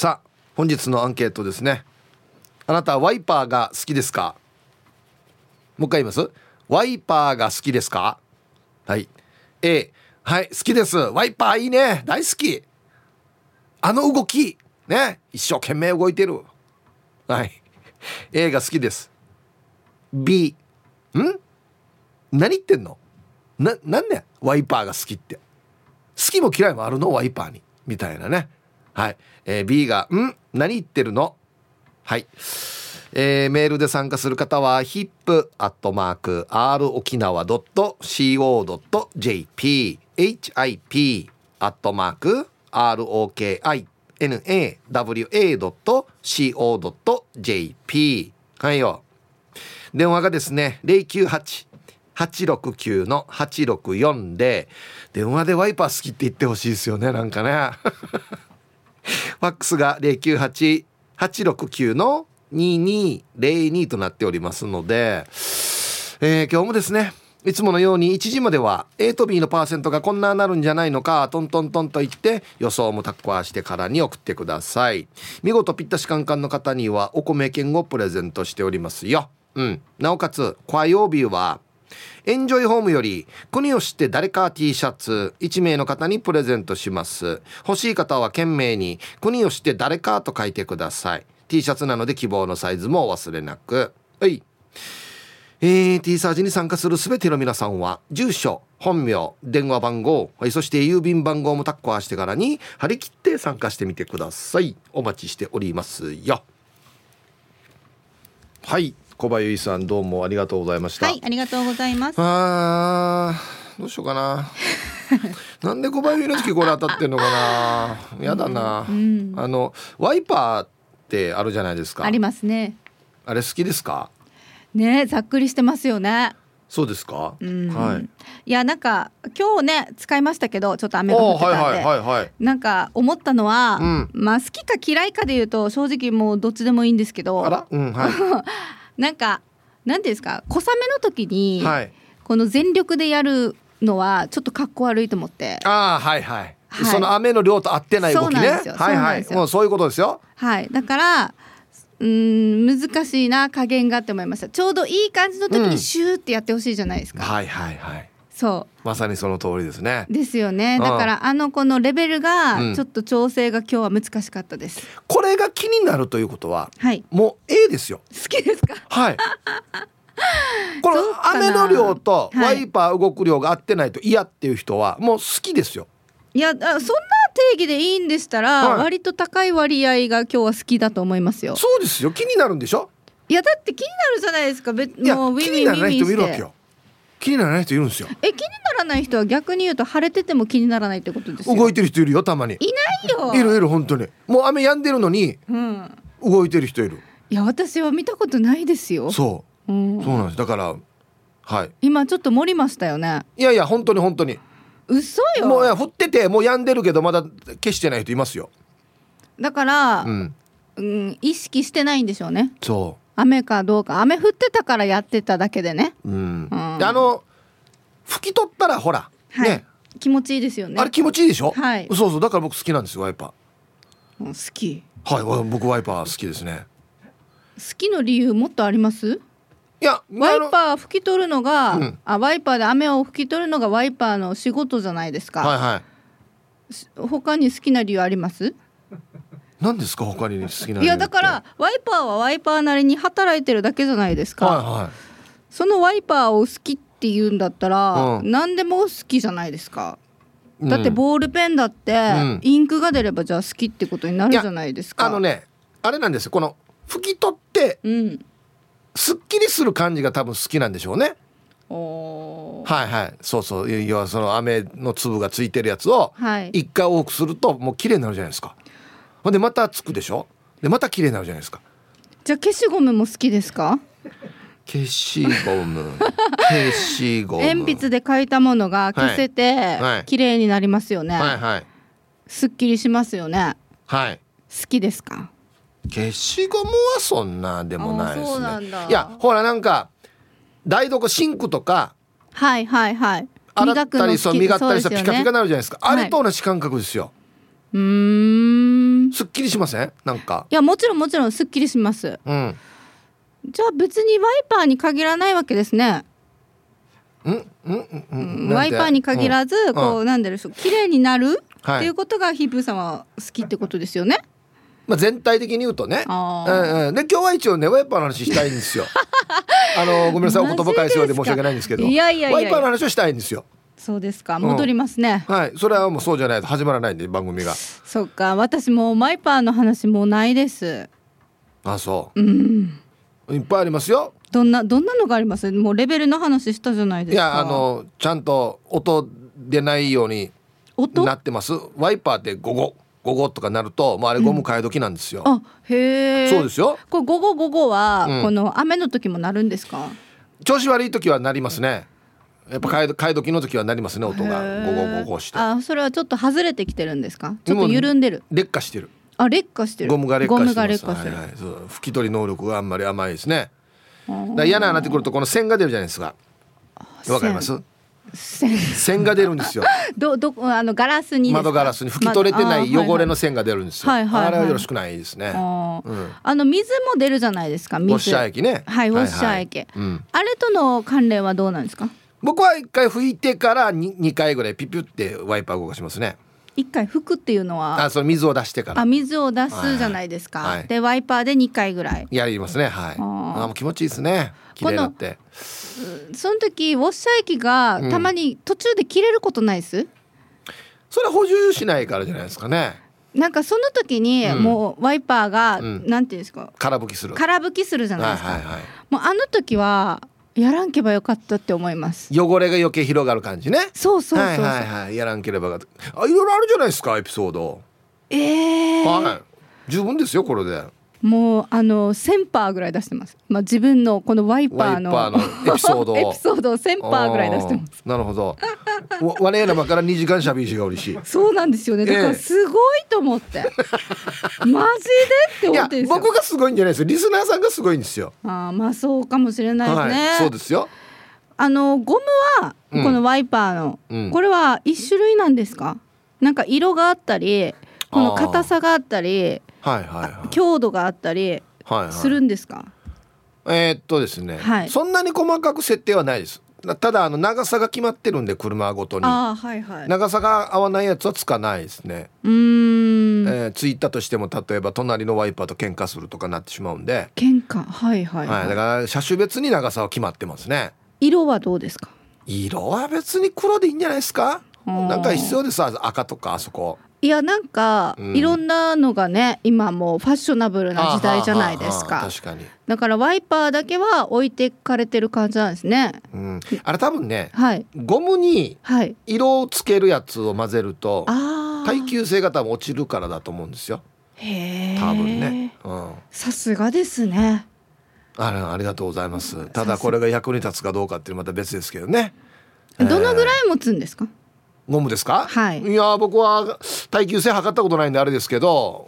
さあ本日のアンケートですね。あなたはワイパーが好きですか？もう一回言います。ワイパーが好きですか？はい。 A、 はい好きです。ワイパーいいね、大好き。あの動きね、一生懸命動いてる。はい。 A が好きです。 B、 何言ってんの、なんでワイパーが好きって、好きも嫌いもあるのワイパーにみたいなね。はい、B が何言ってるの。はい、メールで参加する方は hip@rokinawa.co.jp hip@rokinawa.co.jp はいよ。電話がですね098-869-8640で、電話でワイパー好きって言ってほしいですよね、なんかねファックスが098-869-2202となっておりますので、今日もですねいつものように1時までは A と B のパーセントがこんななるんじゃないのかトントントンと言って予想もタッカーしてからに送ってください。見事ぴったしカンカンの方にはお米券をプレゼントしておりますよ。なおかつ火曜日はエンジョイホームより国を知って誰か T シャツ1名の方にプレゼントします。欲しい方は懸命に国を知って誰かと書いてください。 T シャツなので希望のサイズもお忘れなく。はい。T サージに参加するすべての皆さんは住所、本名、電話番号、そして郵便番号もタッカーしてからに張り切って参加してみてください。お待ちしておりますよ。はい、小林由依さんどうもありがとうございました。 はい、ありがとうございます。 どうしようかななんで小林由依の時これ当たってんのかな、やだな、ワイパーってあるじゃないですか。 ありますね。 あれ好きですか？ ね、ざっくりしてますよね。 そうですか？はい。 いや、なんか今日ね使いましたけど、ちょっと雨が降ってたんで、なんか思ったのは、まあ好きか嫌いかで言うと正直もうどっちでもいいんですけど、なんかなんていうんですか、小雨の時に、この全力でやるのはちょっとかっこ悪いと思って。 その雨の量と合ってない動きね。もうそういうことですよ。 はい、だから難しいな加減がって思いました。ちょうどいい感じの時にシューってやってほしいじゃないですか。そうまさにその通りですね。 ですよね。だからこのレベルがちょっと調整が今日は難しかったです。 これが気になるということは、もう A ですよ。 好きですか？ はいこの雨の量とワイパー動く量が合ってないと嫌っていう人はもう好きですよ。 いや、そんな定義でいいんでしたら、割と高い割合が今日は好きだと思いますよ。 そうですよ、気になるんでしょ。 いや、だって気になるじゃないですか。もう気にならない人もいるわけよ。気にならない人いるんですよ。 気にならない人は逆に言うと晴れてても気にならないってことですよ。 動いてる人いるよ、たまに。 いないよ。 いる本当に。もう雨止んでるのに、動いてる人いる。 いや、私は見たことないですよ。 そうなんです。だから今ちょっと盛りましたよね。 いや本当に嘘よ。 もう降っててもう止んでるけどまだ消してない人いますよ。 だから意識してないんでしょうね。雨かどうか、雨降ってたからやってただけでね。 で拭き取ったらほら、 気持ちいいですよね。 あれ気持ちいいでしょ。 そうだから僕好きなんですよ、ワイパー。好き。 僕ワイパー好きですね。 好きの理由もっとあります？ いや、 ワイパー拭き取るのが、ワイパーで雨を拭き取るのがワイパーの仕事じゃないですか。他に好きな理由あります？ 何ですか他に好きな理由って。 いや、だからワイパーはワイパーなりに働いてるだけじゃないですか。そのワイパーを好きって言うんだったら、何でも好きじゃないですか。だってボールペンだって、インクが出ればじゃあ好きってことになるじゃないですか。 あれなんですよ、この拭き取って、すっきりする感じが多分好きなんでしょうね。そう要はその雨の粒がついてるやつを一回多くするともう綺麗になるじゃないですか。ほんでまたつくでしょ。でまた綺麗になるじゃないですか。 じゃあ消しゴムも好きですか？ 消しゴム鉛筆で書いたものが消せて綺麗になりますよね。すっきりしますよね。好きですか？ 消しゴムはそんなでもないですね。 そうなんだ。 いやほらなんか台所シンクとか洗ったり磨ったりしたらピカピカになるじゃないですか。あれと同じ感覚ですよ。すっきりしません？なんかいやもちろんすっきりします、じゃあ別にワイパーに限らないわけですね。ワイパーに限らず、こうなんでしょう、綺麗になるっていうことがヒープーさんは好きってことですよね。 全体的に言うとね、で今日は一応ねワイパーの話したいんですよごめんなさい、お言葉返すようで申し訳ないんですけど、ワイパーの話をしたいんですよ。 そうですか、戻りますね、 はい、それはもうそうじゃないと始まらないんで番組が。 そうか、私もワイパーの話もうないです。 あ、そう、いっぱいありますよ。 どんなのがあります？もうレベルの話したじゃないですか。 いやちゃんと音出ないようになってます。ワイパーってゴゴとかなるともうあれゴム替え時なんですよ、 あ、へえ。そうですよ。 これゴゴは、この雨の時もなるんですか？ 調子悪い時はなりますね。やっぱ替え時の時はなりますね、音がゴゴして。 あ、それはちょっと外れてきてるんですか？ちょっと緩んでる。 劣化してる。 あ、劣化してる。 ゴムが劣化してます。そう、拭き取り能力があんまり甘いですね。だ嫌ななってくるとこの線が出るじゃないですか。わかります？線が出るんですよガラスに窓ガラスに拭き取れてない汚れの線が出るんですよ、あれはよろしくないですね。 水も出るじゃないですか。 ウォッシャー液ね。 はい、ウォッシャー液、あれとの関連はどうなんですか？ 僕は1回拭いてから 2回ぐらいピピュってワイパー動かしますね。 1回拭くっていうのはその水を出してから。 水を出すじゃないですか、でワイパーで2回ぐらいやりますね。はい、もう気持ちいいですね、綺麗になって。 その時ウォッシャー液がたまに途中で切れることないです？ それは補充しないからじゃないですかね。 なんかその時にもうワイパーが、なんていうんですか、 空拭きするじゃないですか、もうあの時はやらんけばよかったって思います。 汚れが余計広がる感じね。 そうやらんければいろいろあるじゃないですか、エピソード。はい、十分ですよこれで。 もう1000%ぐらい出してます、自分のこのワイパーのエピソードを 1000%ぐらい出してます。 なるほど。我なばから2時間しゃべりしがおりしそうなんですよね。だからすごいと思って、マジでって思ってるんですよ。 僕がすごいんじゃないですよ、リスナーさんがすごいんですよ。 そうかもしれないですね、 そうですよ。 ゴムはこのワイパーの、これは一種類なんですか？なんか色があったり、この硬さがあったり、強度があったりするんですか？ ですね、そんなに細かく設定はないです。ただ長さが決まってるんで、車ごとに、長さが合わないやつはつかないですね。ついたとしても例えば隣のワイパーと喧嘩するとかなってしまうんで。 喧嘩、 だから車種別に長さは決まってますね。 色はどうですか？ 色は別に黒でいいんじゃないですか。なんか必要です、赤とかあそこ。 いや、なんか、いろんなのがね、今もうファッショナブルな時代じゃないですか。 確かに。 だからワイパーだけは置いてかれてる感じなんですね。 あれ多分ね、ゴムに色をつけるやつを混ぜると、耐久性が多分落ちるからだと思うんですよ。多分ね。 さすがですね。 ありがとうございます。ただこれが役に立つかどうかっていうのはまた別ですけどね。 どのぐらい持つんですか？ ゴムですか？いや、僕は耐久性測ったことないんであれですけど、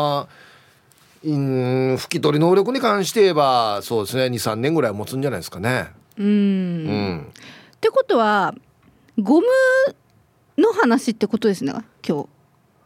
拭き取り能力に関して言えばそうですね、 2,3 年ぐらい持つんじゃないですかね。 ってことはゴムの話ってことですね、今日。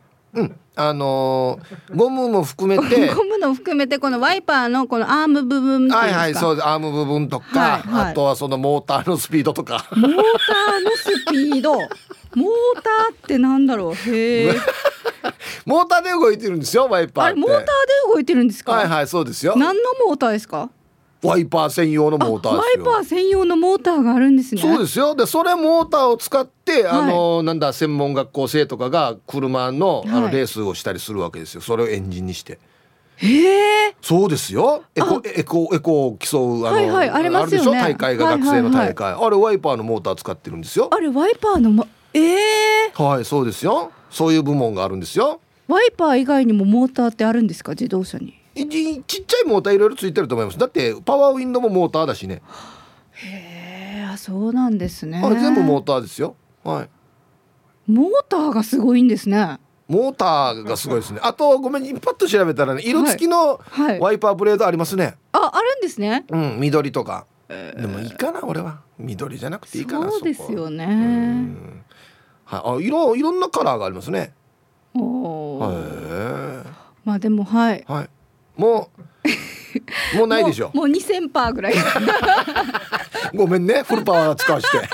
ゴムも含めてゴムの含めてこのワイパーのこのアーム部分っていうんですか？ そうです、アーム部分とか、あとはそのモーターのスピードとか。 モーターのスピードモーターってなんだろう。へえ。 モーターで動いてるんですよ、ワイパーって。 モーターで動いてるんですか？ そうですよ。 何のモーターですか？ ワイパー専用のモーターですよ。 ワイパー専用のモーターがあるんですね。 そうですよ。でそれモーターを使って専門学校生とかが車のレースをしたりするわけですよ。それをエンジンにして。そうですよ。エコを競うありますよね。 大会が、学生の大会、あれワイパーのモーター使ってるんですよ。 あれワイパーのそうですよ。そういう部門があるんですよ。 ワイパー以外にもモーターってあるんですか？自動車にちっちゃいモーターいろいろついてると思います。だってパワーウィンドウもモーターだしね。 そうなんですね。 全部モーターですよ。 モーターがすごいんですね。 モーターがすごいですね。あとごめん、パッと調べたらね、色付きのワイパーブレードありますね。 あるんですね。 緑とか、でもいいかな、俺は緑じゃなくていいかな。 そうですよね。 いろんなカラーがありますね。 まあでもはい、 はい、もうないでしょ。 もう2000%ぐらいごめんね、フルパワー使わして、はい、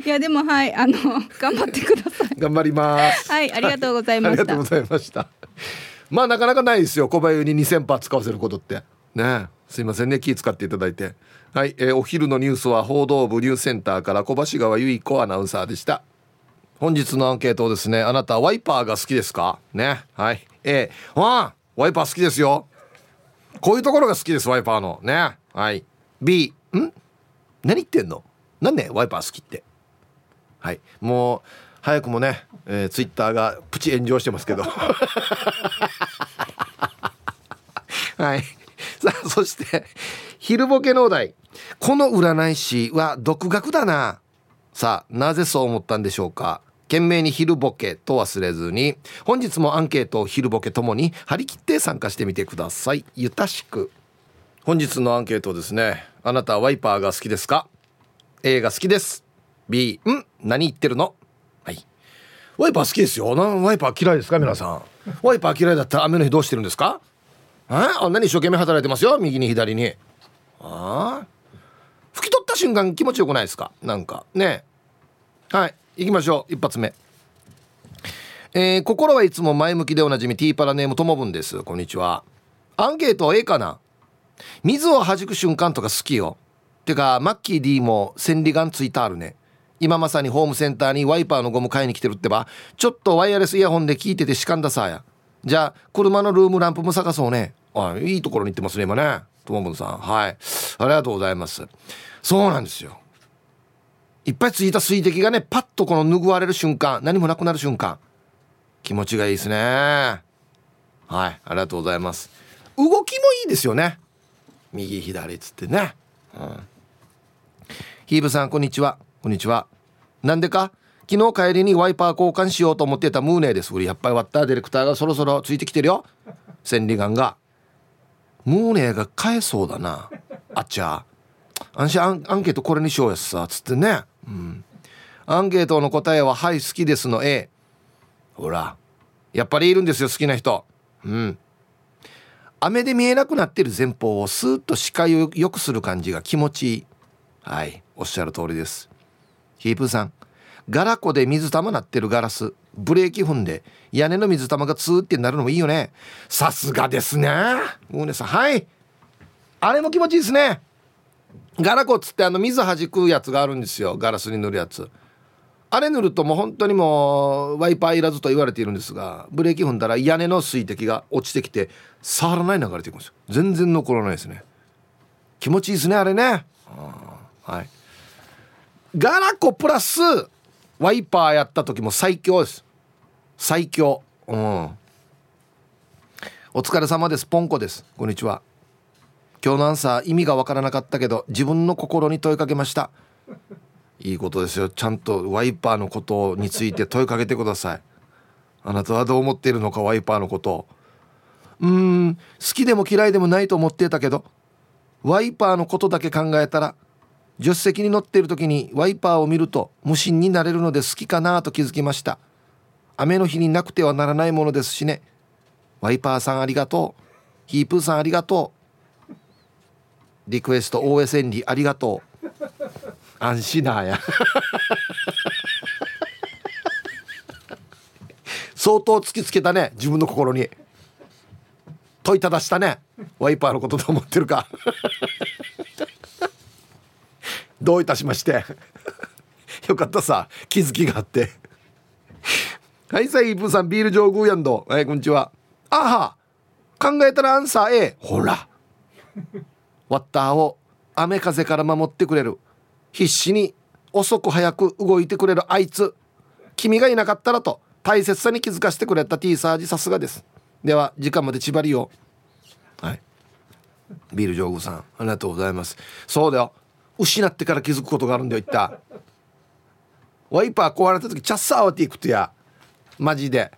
いやでもはい、頑張ってください。 頑張ります。 はい、ありがとうございました。 ありがとうございました。まあなかなかないですよ、小林に2000%使わせることってね。すいませんね、気使っていただいて。はい、お昼のニュースは報道部ニュースセンターから小橋川由衣子アナウンサーでした。本日のアンケートですね。あなたワイパーが好きですかね。はい、ワイパー好きですよ。こういうところが好きです、ワイパーのね。はい。 B、 何言ってんの、なんでワイパー好きって。はい、もう早くもね、ツイッターがプチ炎上してますけどはい。さあ、そして昼ボケのお題、この占い師は独学だな。さあ、なぜそう思ったんでしょうか。懸命に昼ボケと忘れずに、本日もアンケートを昼ボケともに張り切って参加してみてください。ゆたしく。本日のアンケートですね。あなたはワイパーが好きですか。 A が好きです。 B、 何言ってるの。はい、ワイパー好きですよ。ワイパー嫌いですか皆さん。ワイパー嫌いだったら雨の日どうしてるんですか。あんなに一生懸命働いてますよ、右に左に。拭き取った瞬間気持ちよくないですか、なんかね。はい、行きましょう。一発目、心はいつも前向きでおなじみティーパラネームともぶんです。こんにちは。アンケート A かな。水を弾く瞬間とか好きよ。てかマッキー D も千里眼ついたあるね。今まさにホームセンターにワイパーのゴム買いに来てるってば、ちょっとワイヤレスイヤホンで聞いててしかんださや。じゃあ車のルームランプも探そうね。いいところに行ってますね今ね、ともぶんさん。はい、ありがとうございます。そうなんですよ。いっぱいついた水滴がね、パッとこの拭われる瞬間、何もなくなる瞬間、気持ちがいいですね。はい、ありがとうございます。動きもいいですよね、右左つってね。ヒーブさんこんにちは。こんにちは。なんでか昨日帰りにワイパー交換しようと思ってたムーネーです。やっぱりワッターディレクターがそろそろついてきてるよ。千里眼がムーネーが買えそうだな。あっちゃアンケートこれにしようやさつってね。アンケートの答えははい好きですの A。 ほらやっぱりいるんですよ、好きな人。雨で見えなくなってる前方をスーッと視界を良くする感じが気持ちいい。はい、おっしゃる通りです。ヒープーさん、ガラコで水玉なってるガラスブレーキ踏んで屋根の水玉がツーってなるのもいいよね。さすがですねムーネさん。はい、あれも気持ちいいですね。ガラコっつって水弾くやつがあるんですよ、ガラスに塗るやつ。あれ塗るともう本当にもうワイパーいらずと言われているんですが、ブレーキ踏んだら屋根の水滴が落ちてきて触らない流れていくんですよ。全然残らないですね。気持ちいいですねあれね。はい、ガラコプラスワイパーやった時も最強です。最強。お疲れ様です。ポンコです。こんにちは。今日のアンサー意味がわからなかったけど自分の心に問いかけました。いいことですよ。ちゃんとワイパーのことについて問いかけてください。あなたはどう思っているのか、ワイパーのことを。好きでも嫌いでもないと思っていたけど、ワイパーのことだけ考えたら、助手席に乗っている時にワイパーを見ると無心になれるので好きかなと気づきました。雨の日になくてはならないものですしね。ワイパーさんありがとう。ヒープーさんありがとう。リクエスト OS 理ありがとう。安心なや相当突きつけたね、自分の心に問いただしたね。ワイパーのことと思ってるかどういたしましてよかったさ、気づきがあってはいさい、イープーさんビール上宮やんど、こんにちは。あは、考えたらアンサー A。 ほらワッターを雨風から守ってくれる、必死に遅く早く動いてくれるあいつ、君がいなかったらと大切さに気づかせてくれた T サージ、さすがです。では時間まで縛りを。はい、ビール上宮さんありがとうございます。そうだよ、失ってから気づくことがあるんだよ。言ったワイパー壊れた時チャッサーわっていくとや、マジで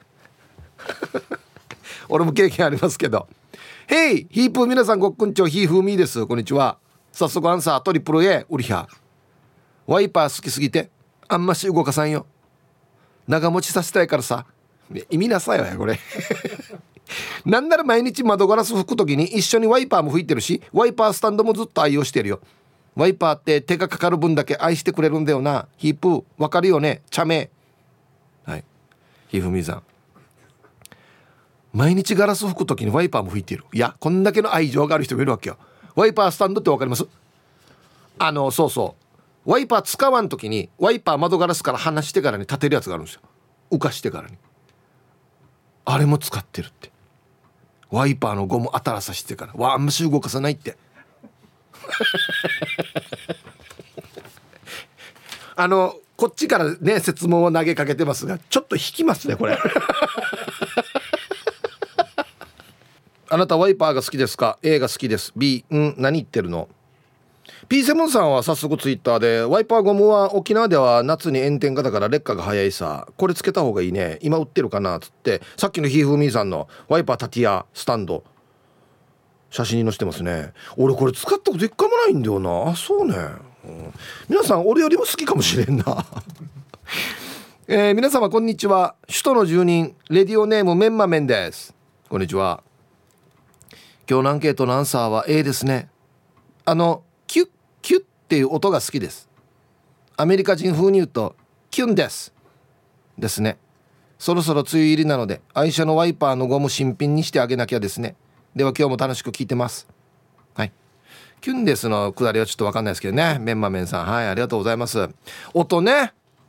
俺も経験ありますけど。ヘイヒープー、皆さんごっくんちょ、ヒーフーミーです。こんにちは。早速アンサートリプル A ウリヒャ。ワイパー好きすぎてあんまし動かさんよ。長持ちさせたいからさ、 意味なさいよこれなんなら毎日窓ガラス拭くときに一緒にワイパーも拭いてるし、ワイパースタンドもずっと愛用してるよ。ワイパーって手がかかる分だけ愛してくれるんだよな。ヒープーわかるよね、茶名。はい、ひふみさん、毎日ガラス拭くときにワイパーも拭いてる。いや、こんだけの愛情がある人もいるわけよ。ワイパースタンドってわかります？そうそう、ワイパー使わんときにワイパー窓ガラスから離してからに立てるやつがあるんですよ。浮かしてからに。あれも使ってるって。ワイパーのゴム当たらさしてからあんまし動かさないってこっちからね設問を投げかけてますが、ちょっと引きますねこれあなたワイパーが好きですか？ A が好きです。 B 何言ってるの。 P7 さんは早速ツイッターで、ワイパーゴムは沖縄では夏に炎天下だから劣化が早いさ、これつけた方がいいね、今売ってるかなつって、さっきのひふみさんのワイパータティアスタンド写真に載せてますね。俺これ使ったこと一回もないんだよな。あ、そうね、皆さん俺よりも好きかもしれんな皆様こんにちは。首都の住人レディオネームメンマメンです。こんにちは。今日のアンケートのアンサーは A ですね。キュッキュッっていう音が好きです。アメリカ人風に言うとキュンですね。そろそろ梅雨入りなので愛車のワイパーのゴム新品にしてあげなきゃですね。では今日も楽しく聞いてます。はい、キュンですのくだりはちょっと分かんないですけどね。メンマメンさん、はい、ありがとうございます。音ね、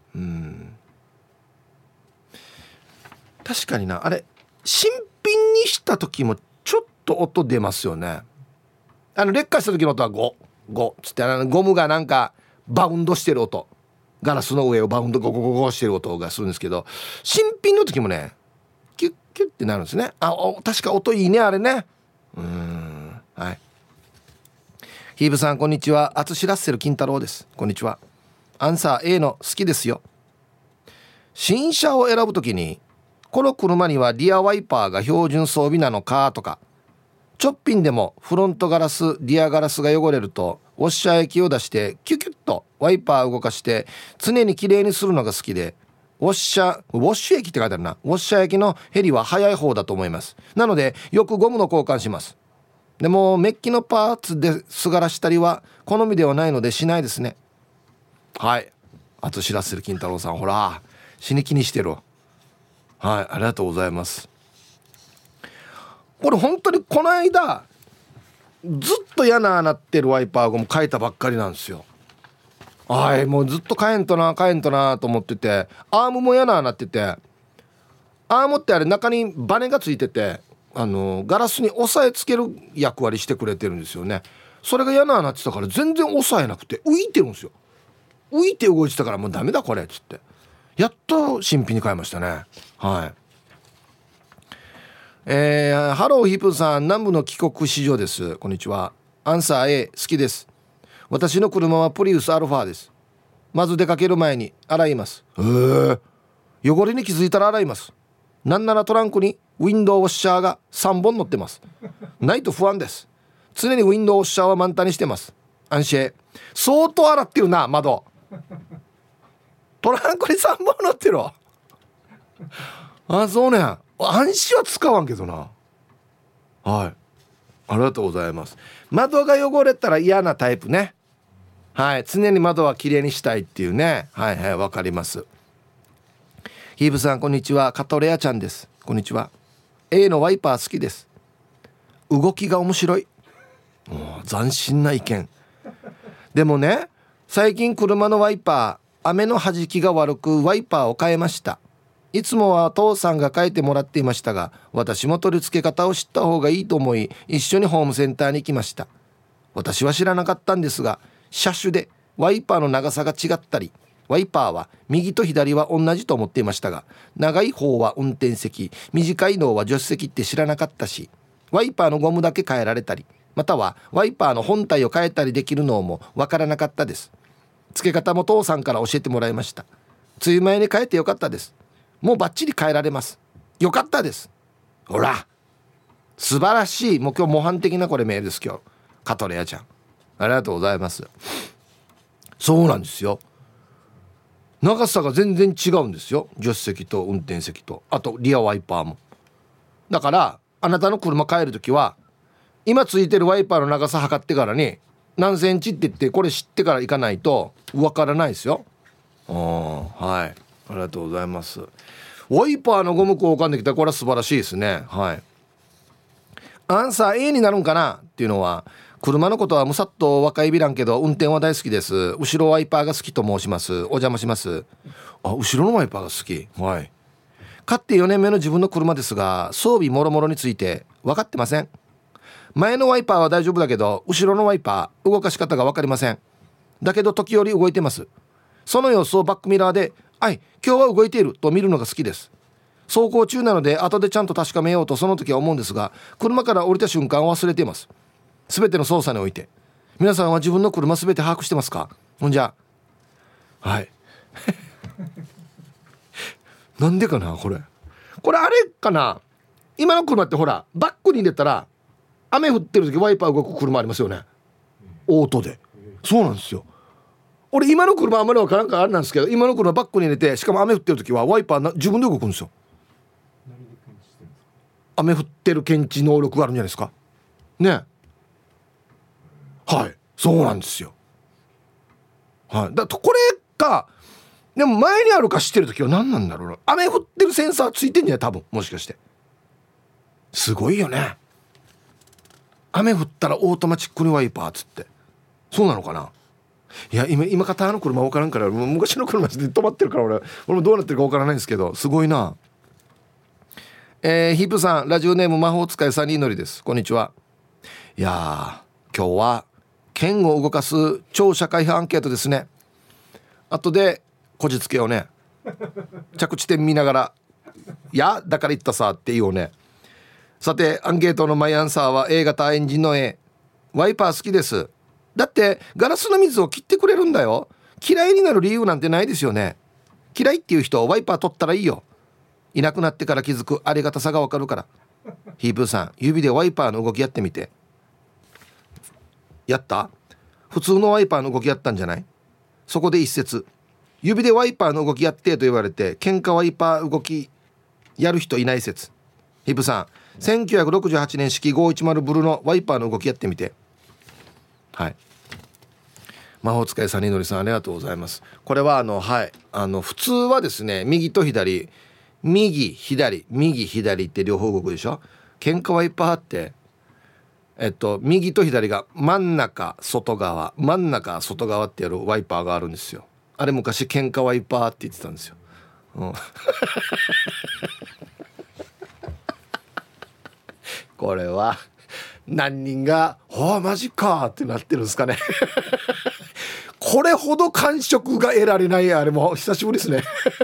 確かにな、あれ新品にした時もちょっと音出ますよね。劣化した時の音はゴッつって、ゴムがなんかバウンドしてる音、ガラスの上をバウンドゴゴゴゴしてる音がするんですけど、新品の時もねキュッキュッってなるんですね。確か音いいねあれね。はい、ヒーブさんこんにちは。アツシラッセル金太郎です。こんにちは。アンサー A の好きですよ。新車を選ぶときにこの車にはリアワイパーが標準装備なのかとか、ちょっぴんでもフロントガラスリアガラスが汚れるとウォッシャー液を出してキュキュッとワイパーを動かして常にきれいにするのが好きで、ウォッシュ液って書いてあるな。ウォッシャー液の減りは早い方だと思います。なのでよくゴムの交換します。でもメッキのパーツですがらしたりは好みではないのでしないですね。はい、あと知らせる金太郎さん、ほら死に気にしてる。はい、ありがとうございます。これ本当にこの間ずっと嫌なってるワイパーゴム変えたばっかりなんですよ。はい、もうずっと変えんとなと思ってて、アームも嫌なってて、アームってあれ中にバネがついててガラスに押さえつける役割してくれてるんですよね。それが嫌なってたから全然押さえなくて浮いてるんですよ。浮いて動いてたからもうダメだこれっつって、やっと新品に変えましたね。はい。ハローヒップさん、南部の帰国子女です。こんにちは。アンサー A 好きです。私の車はプリウスアルファです。まず出かける前に洗います。汚れに気づいたら洗います。なんならトランクにウィンドウウォッシャーが3本乗ってます。ないと不安です。常にウィンドウウォッシャーは満タンにしてます。安心。相当洗ってるな。窓トランクに3本乗ってる。あ、そうね。安心は使わんけどな。はい、ありがとうございます。窓が汚れたら嫌なタイプね。はい、常に窓はきれいにしたいっていうね。はいはい、わかります。ヒーブさんこんにちは。カトレアちゃんです。こんにちは。 A のワイパー好きです。動きが面白い。斬新な意見。でもね、最近車のワイパー雨の弾きが悪くワイパーを変えました。いつもは父さんが変えてもらっていましたが、私も取り付け方を知った方がいいと思い一緒にホームセンターに行きました。私は知らなかったんですが、車種でワイパーの長さが違ったり、ワイパーは右と左は同じと思っていましたが、長い方は運転席、短いのは助手席って知らなかったし、ワイパーのゴムだけ変えられたり、またはワイパーの本体を変えたりできるのもわからなかったです。付け方も父さんから教えてもらいました。梅雨前に変えてよかったです。もうバッチリ変えられます。よかったです。ほら素晴らしい。もう今日模範的なこれメールです。今日カトレアちゃんありがとうございます。そうなんですよ。 長さが全然違うんですよ。助手席と運転席と、あとリアワイパーも。だからあなたの車帰るときは今ついてるワイパーの長さ測ってからに何センチって言って、これ知ってから行かないとわからないですよ。はい、ありがとうございます。ワイパーのゴム交換できたらこれは素晴らしいですね。はい。アンサー A になるんかなっていうのは、車のことはむさっと若いびらんけど運転は大好きです。後ろワイパーが好きと申します。お邪魔します。あ、後ろのワイパーが好き。はい。買って4年目の自分の車ですが、装備もろもろについて分かってません。前のワイパーは大丈夫だけど後ろのワイパー動かし方が分かりません。だけど時折動いてます。その様子をバックミラーで、はい、今日は動いていると見るのが好きです。走行中なので後でちゃんと確かめようとその時は思うんですが、車から降りた瞬間忘れています。全ての操作において。皆さんは自分の車全て把握してますか？ほんじゃ、はいなんでかな、これあれかな。今の車ってほらバックに入れたら雨降ってる時ワイパー動く車ありますよね、オートで。そうなんですよ。俺今の車あんまり分からんからあれなんですけど、今の車バックに入れて、しかも雨降ってる時はワイパー自分で動くんですよ。雨降ってる検知能力があるんじゃないですかね。はい、そうなんですよ。はい、だとこれか。でも前にあるか知ってる時は何なんだろうな。雨降ってるセンサーついてんじゃない、多分。もしかしてすごいよね。雨降ったらオートマチックにワイパーつって、そうなのかな。いや今型の車分からんから、昔の車で止まってるから俺もどうなってるか分からないんですけど、すごいな。ヒープさん、ラジオネーム魔法使いサニーのりです。こんにちは。いや今日は剣を動かす超社会派アンケートですね。後でこじつけをね着地点見ながら、いやだから言ったさって言おうね。さてアンケートのマイアンサーは A 型エンジンの A。 ワイパー好きです。だってガラスの水を切ってくれるんだよ。嫌いになる理由なんてないですよね。嫌いっていう人ワイパー取ったらいいよ。いなくなってから気づくありがたさがわかるから。ヒープーさん、指でワイパーの動きやってみて。やった？普通のワイパーの動きやったんじゃない？そこで一節、指でワイパーの動きやってと言われて喧嘩ワイパー動きやる人いない説。ヒープさん、1968年式510ブルのワイパーの動きやってみて。はい、魔法使いサニーのりさん、ありがとうございます。これは普通はですね、右と左、右左右左って両方動くでしょ。喧嘩ワイパーって右と左が真ん中外側、真ん中外側ってやるワイパーがあるんですよ。あれ昔喧嘩ワイパーって言ってたんですよ、これは何人がマジかってなってるんですかねこれほど感触が得られない、あれも久しぶりですね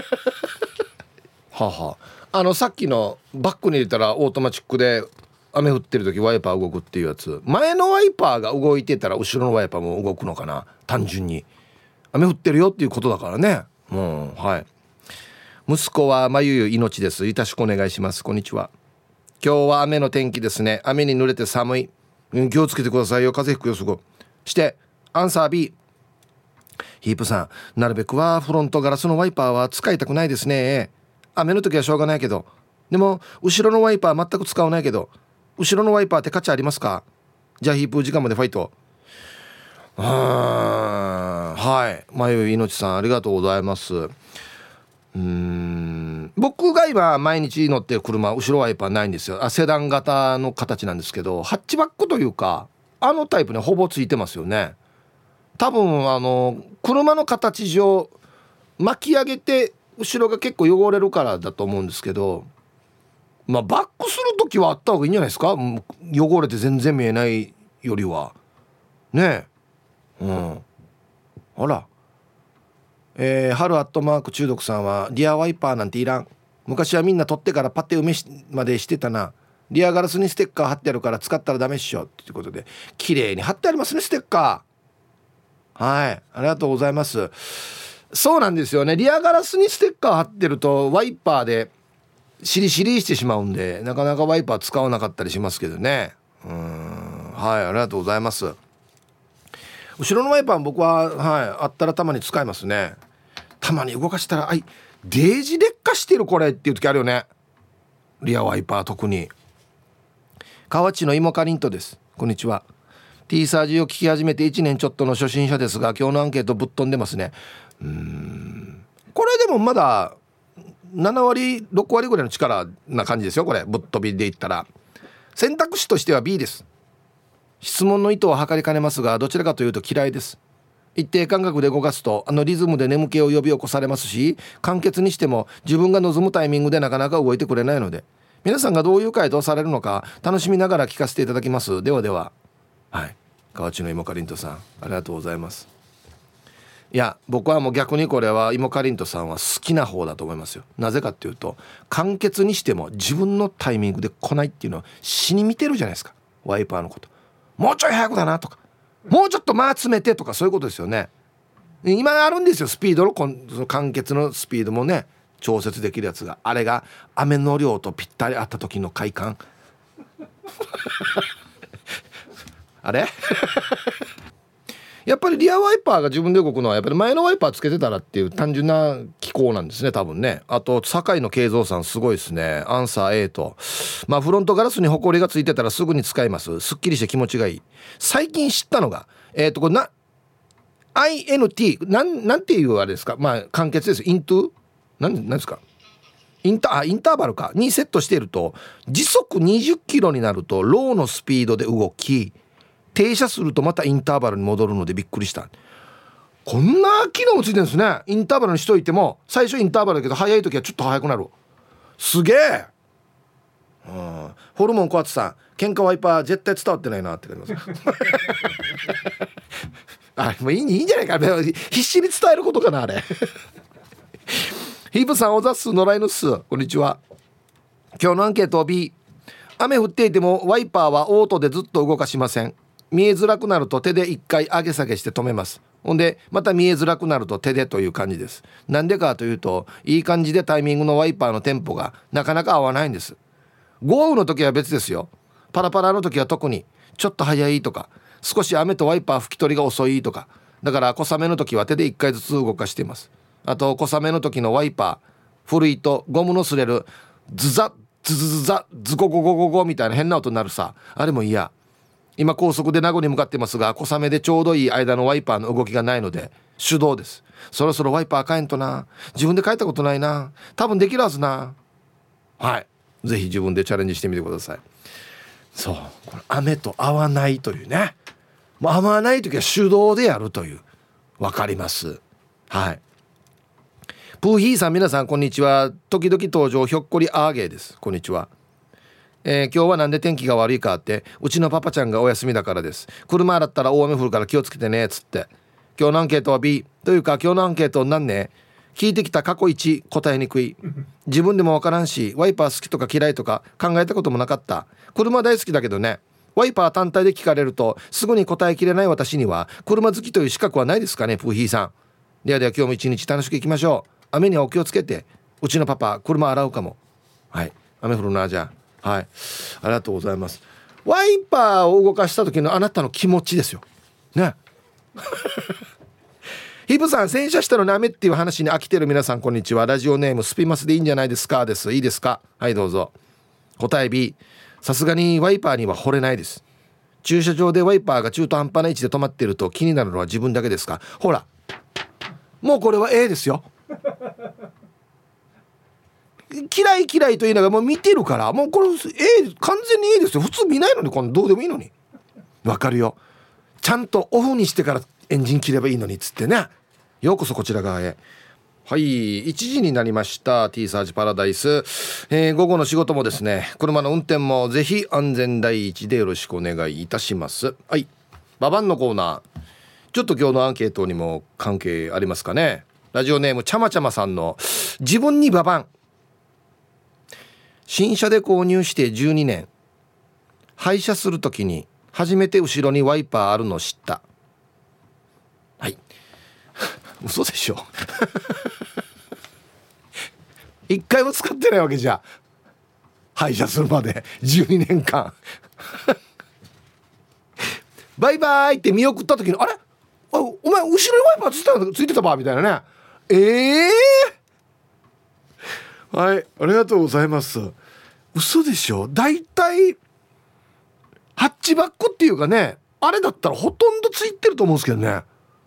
はは、さっきのバックに入れたらオートマチックで雨降ってる時ワイパー動くっていうやつ、前のワイパーが動いてたら後ろのワイパーも動くのかな。単純に雨降ってるよっていうことだからね。はい。息子はまゆゆ命です。よろしくお願いします。こんにちは。今日は雨の天気ですね。雨に濡れて寒い、気をつけてくださいよ。風邪ひくよすごい。してアンサー B。 ヒープさん、なるべくはフロントガラスのワイパーは使いたくないですね。雨の時はしょうがないけど、でも後ろのワイパー全く使わないけど、後ろのワイパーって価値ありますか？じゃあヒープ時間までファイト。はい、まゆいのちさん、ありがとうございます。僕が今毎日乗ってる車、後ろワイパーないんですよ。セダン型の形なんですけど、ハッチバックというかタイプにほぼついてますよね。多分車の形上巻き上げて後ろが結構汚れるからだと思うんですけど、バックするときはあった方がいいんじゃないですか。汚れて全然見えないよりはねえ。ほら、春アットマーク中毒さんはリアワイパーなんていらん。昔はみんな取ってからパテ埋めまでしてたな。リアガラスにステッカー貼ってあるから使ったらダメっしょっていうことで、綺麗に貼ってありますね、ステッカー。はい、ありがとうございます。そうなんですよね。リアガラスにステッカー貼ってるとワイパーでシリシリしてしまうんで、なかなかワイパー使わなかったりしますけどね。はい、ありがとうございます。後ろのワイパー僕は、あったらたまに使いますね。 たまに動かしたらデージ劣化してるこれっていう時あるよね。リアワイパー特に。河内の芋かりんとです。こんにちは。 T サージを聞き始めて1年ちょっとの初心者ですが、今日のアンケートぶっ飛んでますね。これでもまだ7割6割ぐらいの力な感じですよ。これぶっ飛びで言ったら選択肢としては B です。質問の意図を測りかねますが、どちらかというと嫌いです。一定間隔で動かすとリズムで眠気を呼び起こされますし、簡潔にしても自分が望むタイミングでなかなか動いてくれないので、皆さんがどういう回答されるのか楽しみながら聞かせていただきます。ではでは。はい、河内の芋かりんとさん、ありがとうございます。いや、僕はもう逆にこれは芋かりんとさんは好きな方だと思いますよ。なぜかっていうと、簡潔にしても自分のタイミングで来ないっていうのは死に見てるじゃないですか。ワイパーのこと、もうちょい早くだなとか、もうちょっと間詰めてとか、そういうことですよね。今あるんですよ、スピードのその簡潔のスピードもね調節できるやつが。あれが雨の量とぴったり合った時の快感あれやっぱりリアワイパーが自分で動くのはやっぱり前のワイパーつけてたらっていう単純な機構なんですね、多分ね。あと堺の慶三さんすごいですね。アンサー A と、フロントガラスにホコリがついてたらすぐに使います。すっきりして気持ちがいい。最近知ったのがこれINT なんていうあれですか。簡潔です。イントゥなんですか、インターバルかにセットしていると時速20キロになるとローのスピードで動き、停車するとまたインターバルに戻るのでびっくりした。こんな機能もついてるんですね。インターバルにしといても最初インターバルだけど速い時はちょっと速くなる。すげえ。ホルモン小松さん、喧嘩ワイパー絶対伝わってないなって書いてますもういいんじゃないか、必死に伝えることかなあれヒープさん、おざっす、野良犬っす、こんにちは。今日のアンケートは B。 雨降っていてもワイパーはオートでずっと動かしません。見えづらくなると手で一回上げ下げして止めます。ほんでまた見えづらくなると手でという感じです。なんでかというと、いい感じでタイミングのワイパーのテンポがなかなか合わないんです。豪雨の時は別ですよ。パラパラの時は特にちょっと早いとか、少し雨とワイパー拭き取りが遅いとか、だから小雨の時は手で1回ずつ動かしています。あと小雨の時のワイパー、古いとゴムの擦れるズザズズズザズゴゴゴゴゴみたいな変な音になるさ、あれも嫌。今高速で名護に向かっていますが、小雨でちょうどいい間のワイパーの動きがないので手動です。そろそろワイパー変えんとな。自分で変えたことないな。多分できるはずな。はい、ぜひ自分でチャレンジしてみてください。そう、これ雨と合わないというね。もう合わない時は手動でやるという、わかります。はい。プーヒーさん、皆さんこんにちは。時々登場ひょっこりアーゲーです。こんにちは。今日はなんで天気が悪いかって、うちのパパちゃんがお休みだからです。車洗ったら大雨降るから気をつけてねっつって。今日のアンケートは B というか、今日のアンケートなんね、聞いてきた過去1答えにくい。自分でもわからんし、ワイパー好きとか嫌いとか考えたこともなかった。車大好きだけどね、ワイパー単体で聞かれるとすぐに答えきれない私には車好きという資格はないですかね、プーヒーさん。ではでは今日も一日楽しくいきましょう。雨にはお気をつけて。うちのパパ車洗うかも。はい、雨降るな。じゃあ、はい、ありがとうございます。ワイパーを動かした時のあなたの気持ちですよねヒブさん、洗車したのに雨っていう話に飽きてる皆さんこんにちは。ラジオネームスピマスでいいんじゃないですかです。いいですか。はいどうぞ。答え B。 さすがにワイパーには惚れないです。駐車場でワイパーが中途半端な位置で止まっていると気になるのは自分だけですか。ほらもうこれは A ですよ。嫌いと言いながらもう見てるから、もうこれ A、 完全に A ですよ。普通見ないのに、このどうでもいいのに。わかるよ、ちゃんとオフにしてからエンジン切ればいいのにっつってね。ようこそこちら側へ。はい、1時になりました。 T サージパラダイス、午後の仕事もですね、車の運転もぜひ安全第一でよろしくお願いいたします。はい、ババンのコーナー、ちょっと今日のアンケートにも関係ありますかね。ラジオネームちゃまちゃまさんの自分にババン。新車で購入して12年、廃車するときに初めて後ろにワイパーあるの知った。はい嘘でしょ一回も使ってないわけじゃ、廃車するまで12年間バイバイって見送った時に、あれお前後ろにワイパーついてたばみたいなね。 はい、ありがとうございます。嘘でしょ。だいたいハッチバックっていうかね、あれだったらほとんどついてると思うんですけどね。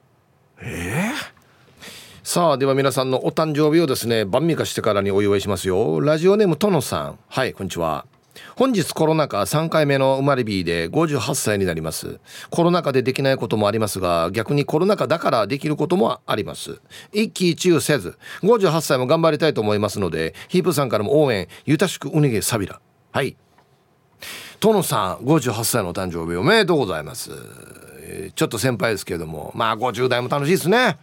さあ、では皆さんのお誕生日をですね、晩御飯してからにお祝いしますよ。ラジオネームとのさん、はい、こんにちは。本日コロナ禍3回目の生まれ日で58歳になります。コロナ禍でできないこともありますが、逆にコロナ禍だからできることもあります。一喜一憂せず58歳も頑張りたいと思いますので、ヒープさんからも応援ゆたしくうねげさびら。はい、とのさん58歳のお誕生日おめでとうございます。ちょっと先輩ですけれども、まあ50代も楽しいですね。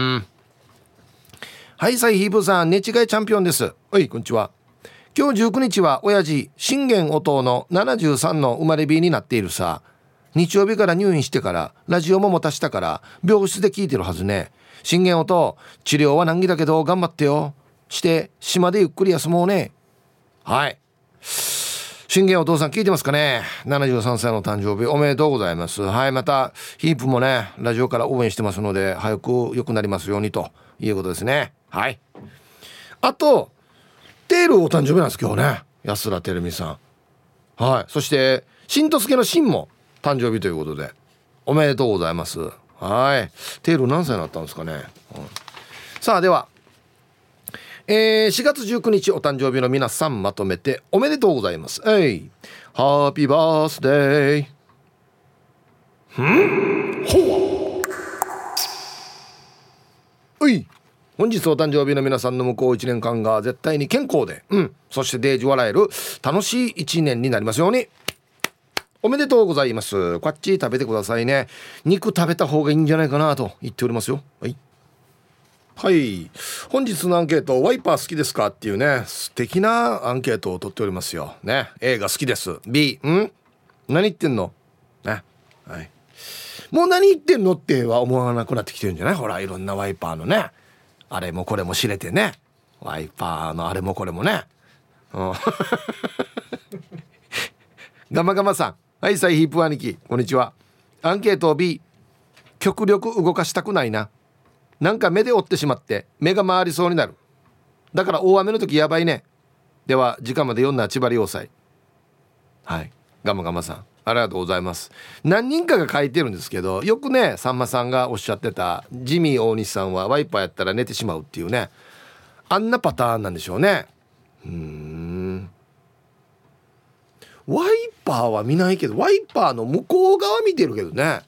はい、サイヒープさん、寝違いチャンピオンです。はい、こんにちは。今日19日は親父信玄お父の73の生まれ日になっているさ。日曜日から入院してからラジオも持たしたから病室で聞いてるはずね。信玄お父、治療は難儀だけど頑張ってよ。して島でゆっくり休もうね。はい、信玄お父さん聞いてますかね。73歳の誕生日おめでとうございます。はい、またヒープもねラジオから応援してますので、早く良くなりますようにということですね。はい、あとテールお誕生日なんです今日ね、安田てるみさん。はい、そしてしんとすけのしんも誕生日ということでおめでとうございます。はい、テール何歳になったんですかね。さあ、では4月19日お誕生日の皆さんまとめておめでとうございます。ハッピーバースデー。ほい、本日お誕生日の皆さんの向こう1年間が絶対に健康で、そしてデージ笑える楽しい1年になりますように。おめでとうございます。こっち食べてくださいね。肉食べた方がいいんじゃないかなと言っておりますよ。はい、本日のアンケート、ワイパー好きですかっていうね、素敵なアンケートを取っておりますよね。 A が好きです。 B 何言ってんのね。はい、もう何言ってんのっては思わなくなってきてるんじゃない。ほら、いろんなワイパーのね、あれもこれも知れてね、ワイパーのあれもこれもね。ガマガマさん、はい、サイヒープ兄貴こんにちは。アンケート B、 極力動かしたくないな。なんか目で追ってしまって目が回りそうになる。だから大雨の時やばいね。では時間まで読んだ千葉要塞。はい、ガマガマさんありがとうございます。何人かが書いてるんですけど、よくねさんまさんがおっしゃってたジミー大西さんはワイパーやったら寝てしまうっていうね、あんなパターンなんでしょうね。ワイパーは見ないけど、ワイパーの向こう側見てるけどね。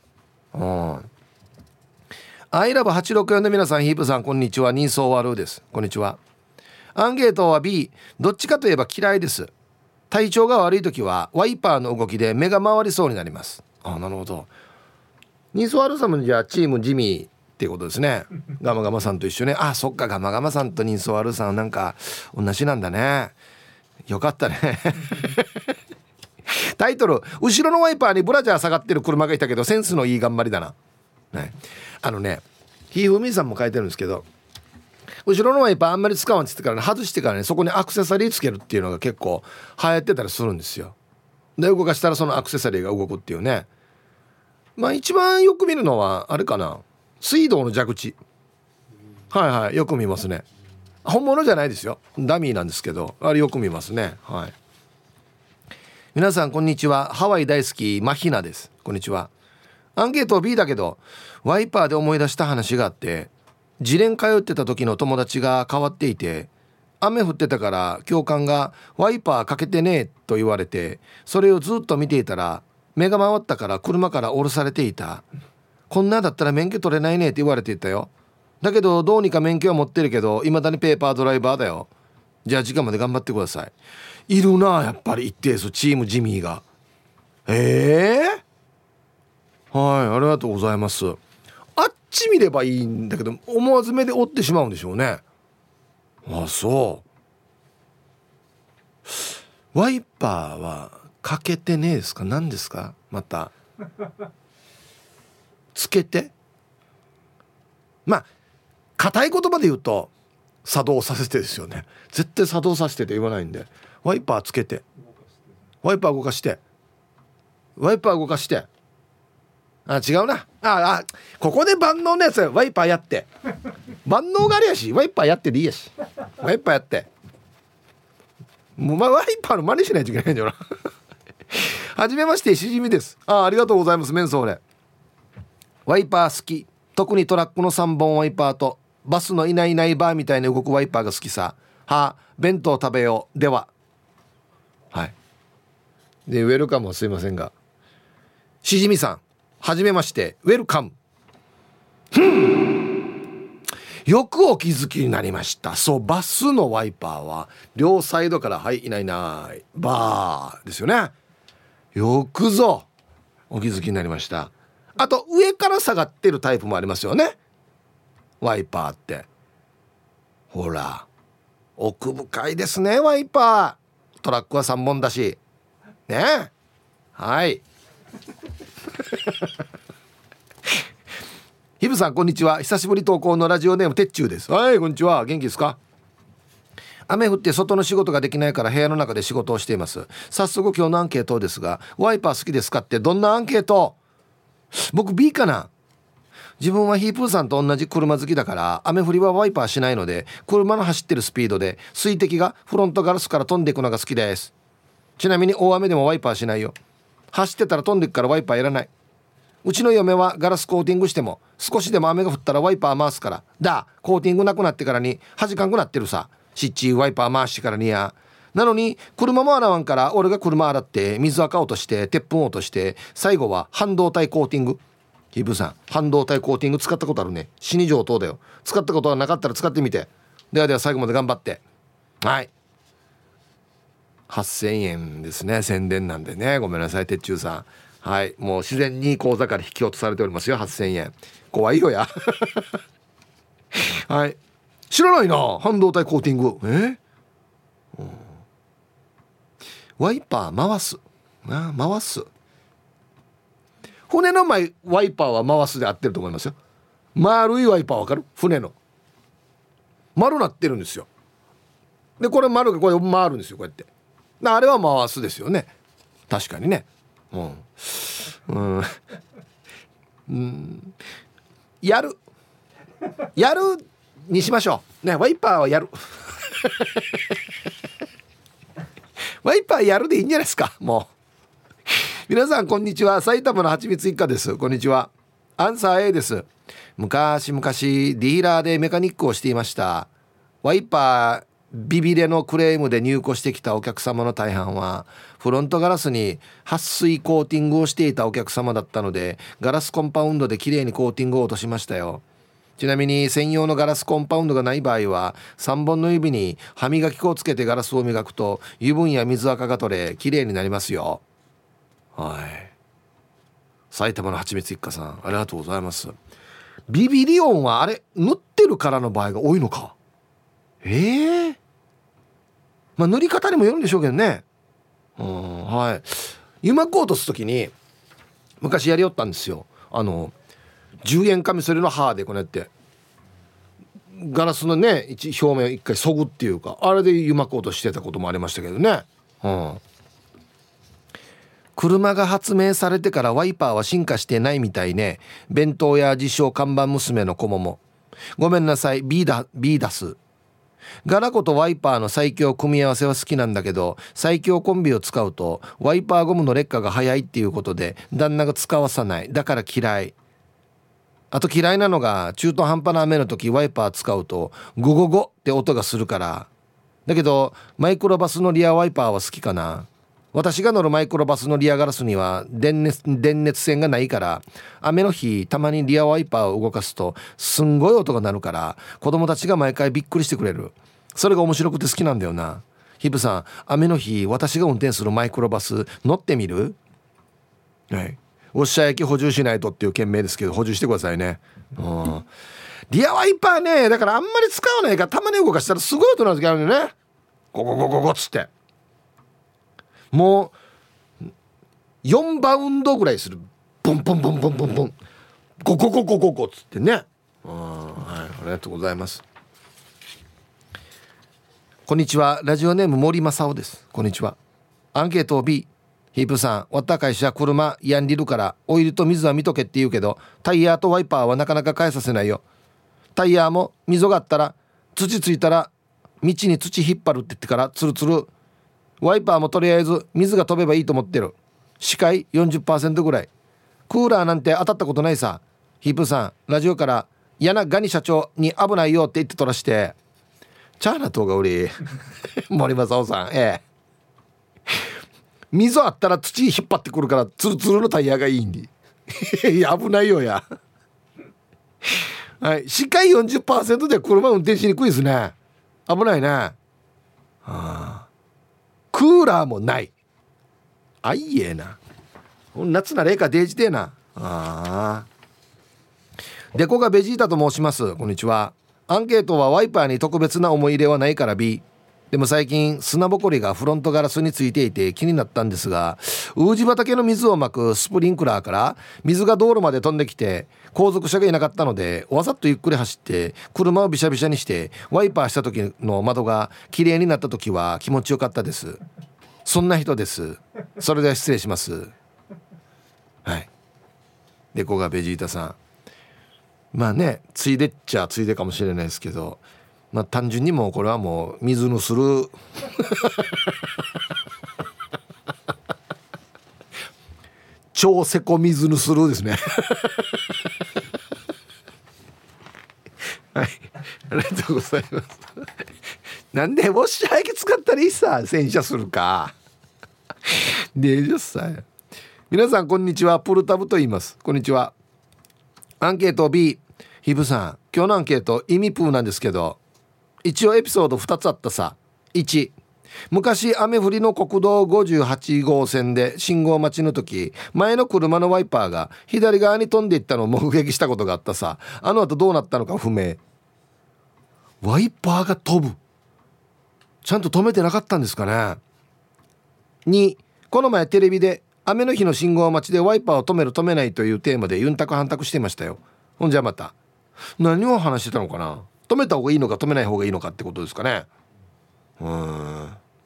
アイラブ864の皆さん、ヒープさんこんにちは。人相悪です。こんにちは。アンケートは B、 どっちかといえば嫌いです。体調が悪い時はワイパーの動きで目が回りそうになります。なるほど。人相悪さもじゃあチームジミーっていうことですね。ガマガマさんと一緒ね。そっか、ガマガマさんと人相悪さんなんか同じなんだね。よかったね。タイトル、後ろのワイパーにブラジャー下がってる車がいたけどセンスのいい頑張りだな、ひふみさんも書いてるんですけど、後ろのワイパーあんまり使わんって言ってからね、外してからね、そこにアクセサリーつけるっていうのが結構流行ってたりするんですよ。で動かしたらそのアクセサリーが動くっていうね。一番よく見るのはあれかな、水道の蛇口。よく見ますね。本物じゃないですよ、ダミーなんですけど、あれよく見ますね。皆さんこんにちは。ハワイ大好きマヒナです。こんにちは。アンケート B だけどワイパーで思い出した話があって、自連通ってた時の友達が変わっていて、雨降ってたから教官がワイパーかけてねと言われて、それをずっと見ていたら目が回ったから車から降ろされていた。こんなだったら免許取れないねって言われていたよ。だけどどうにか免許は持ってるけど未だにペーパードライバーだよ。じゃあ時間まで頑張ってください。いるなやっぱり一定数チームジミーが。ありがとうございます。あっち見ればいいんだけど思わず目で追ってしまうんでしょうね。そうワイパーはかけてねえですか。何ですか。またつけて、硬い言葉で言うと作動させてですよね。絶対作動させてって言わないんで、ワイパーつけてワイパー動かしてワイパー動かして違うな。ここで万能のやつワイパーやって万能がありやしワイパーやってでいいやしワイパーやってもうワイパーの真似しないといけないんだよなはじめましてしじみです。ありがとうございます。メンソーレワイパー好き。特にトラックの3本ワイパーとバスのいないいないバーみたいに動くワイパーが好きさ。弁当食べようでは。はいでウェルカムはすいませんがしじみさんはじめましてウェルカム。よくお気づきになりました。そうバスのワイパーは両サイドからいないいないバーですよね。よくぞお気づきになりました。あと上から下がってるタイプもありますよねワイパーって。ほら奥深いですねワイパー。トラックは3本だしね。はいヒブさんこんにちは。久しぶり投稿のラジオネームてっちゅうです。はいこんにちは。元気ですか。雨降って外の仕事ができないから部屋の中で仕事をしています。早速今日のアンケートですがワイパー好きですかってどんなアンケート。僕 B かな。自分はヒープーさんと同じ車好きだから雨降りはワイパーしないので車の走ってるスピードで水滴がフロントガラスから飛んでいくのが好きです。ちなみに大雨でもワイパーしないよ。走ってたら飛んでいくからワイパーいらない。うちの嫁はガラスコーティングしても少しでも雨が降ったらワイパー回すからだ。コーティングなくなってからに恥かんくなってるさ。しっちワイパー回してからにや。なのに車も洗わんから俺が車洗って水垢落として鉄粉落として最後は半導体コーティング。ヒブさん半導体コーティング使ったことあるね。死に上等だよ。使ったことはなかったら使ってみて。ではでは最後まで頑張って。はい8000円ですね。宣伝なんでねごめんなさい鉄柱さん。はいもう自然に口座から引き落とされておりますよ8000円。怖いよやはい知らないな半導体コーティング。ワイパー回す回す。船の前ワイパーは回すで合ってると思いますよ。丸いワイパーわかる。船の丸なってるんですよ。でこれ丸がこれ回るんですよこうやって。あれは回すですよね。確かにね。やるにしましょうね。ワイパーはやるワイパーやるでいいんじゃないですか。もう皆さんこんにちは。埼玉のはちみつ一家です。こんにちは。アンサー A です。昔々ディーラーでメカニックをしていました。ワイパービビレのクレームで入庫してきたお客様の大半はフロントガラスに撥水コーティングをしていたお客様だったのでガラスコンパウンドできれいにコーティングを落としましたよ。ちなみに専用のガラスコンパウンドがない場合は3本の指に歯磨き粉をつけてガラスを磨くと油分や水垢が取れきれいになりますよ。はい埼玉のはちみつ一家さんありがとうございます。ビビリオンはあれ塗ってるからの場合が多いのか。まあ塗り方にもよるんでしょうけどね。はい油膜を落とす時に昔やりよったんですよ。10円カミソリの刃でこうやってガラスのね表面を一回そぐっていうかあれで油膜落としてたこともありましたけどね。車が発明されてからワイパーは進化してないみたいね。弁当や自称看板娘の子もごめんなさい B 出す。ガラコとワイパーの最強組み合わせは好きなんだけど最強コンビを使うとワイパーゴムの劣化が早いっていうことで旦那が使わさない。だから嫌い。あと嫌いなのが中途半端な雨の時ワイパー使うとゴゴゴって音がするから。だけどマイクロバスのリアワイパーは好きかな。私が乗るマイクロバスのリアガラスには電熱線がないから雨の日たまにリアワイパーを動かすとすんごい音が鳴るから子供たちが毎回びっくりしてくれる。それが面白くて好きなんだよな。ヒブさん雨の日私が運転するマイクロバス乗ってみる。はいおっしゃ焼き補充しないとっていう件名ですけど補充してくださいね。リアワイパーねだからあんまり使わないからたまに動かしたらすごい音なんですけどねゴゴゴゴゴっつってもう4バウンドぐらいするボンボンボンボンボンボンゴゴゴゴゴゴっつってね。はいありがとうございます。こんにちはラジオネーム森正夫です。こんにちは。アンケート B ヒープさん、わった会社車やんりるからオイルと水は見とけって言うけど、タイヤとワイパーはなかなか変えさせないよ。タイヤも溝があったら土ついたら道に土引っ張るって言ってからツルツル。ワイパーもとりあえず水が飛べばいいと思ってる。視界 40% ぐらい。クーラーなんて当たったことないさ。ヒープさん、ラジオから嫌なガニ社長に危ないよって言ってとらしてチャーナ島がおり森正夫さん、水あったら土引っ張ってくるからツルツルのタイヤがいいんでいや危ないよやはい、視界 40% で車運転しにくいですね。危ないね。はあ、クーラーもない。あいえな。夏なれかデージでな。あデコがベジータと申します。こんにちは。アンケートはワイパーに特別な思い入れはないから B。 でも最近砂ぼこりがフロントガラスについていて気になったんですが、ウージ畑の水をまくスプリンクラーから水が道路まで飛んできて後続車がいなかったので、わざとゆっくり走って車をびしゃびしゃにしてワイパーした時の窓が綺麗になった時は気持ちよかったです。そんな人です。それでは失礼します。はい、デコがベジータさん、まあね、ついでっちゃついでかもしれないですけど、まあ単純にもうこれはもう水のする超セコ水のするですねはい、ありがとうございますなんでウォッシャー液使ったらいいさ、洗車するかで10歳。皆さんこんにちは、プルタブと言います。こんにちは。アンケート B。 ヒブさん、今日のアンケート意味プーなんですけど、一応エピソード2つあったさ。1、昔雨降りの国道58号線で信号待ちの時、前の車のワイパーが左側に飛んでいったのを目撃したことがあったさ。あの後どうなったのか不明。ワイパーが飛ぶ、ちゃんと止めてなかったんですかね。2、この前テレビで雨の日の信号待ちでワイパーを止める止めないというテーマでユンタク反択してましたよ。ほんじゃまた何を話してたのかな。止めた方がいいのか止めない方がいいのかってことですかね。はい、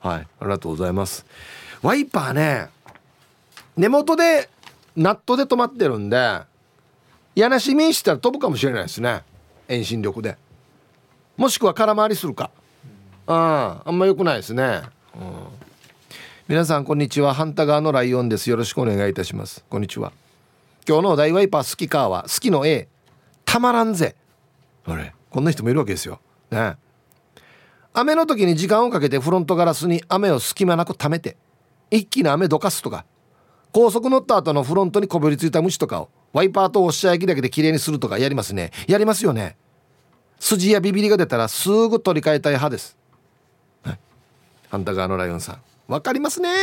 ありがとうございます。ワイパーね、根元でナットで止まってるんで、やなしみにしたら飛ぶかもしれないですね、遠心力で。もしくは空回りするか。あんま良くないですね。皆さんこんにちは、ハンタ側のライオンです。よろしくお願いいたします。こんにちは。今日の大ワイパー好きかは好きの A。 たまらんぜ。あれ、こんな人もいるわけですよね。雨の時に時間をかけてフロントガラスに雨を隙間なく溜めて一気に雨どかすとか、高速乗った後のフロントにこびりついた虫とかをワイパーと押し上げだけできれいにするとかやりますね。やりますよね。筋やビビりが出たらすぐ取り替えたい派です。ハンタ側のライオンさん、わかりますね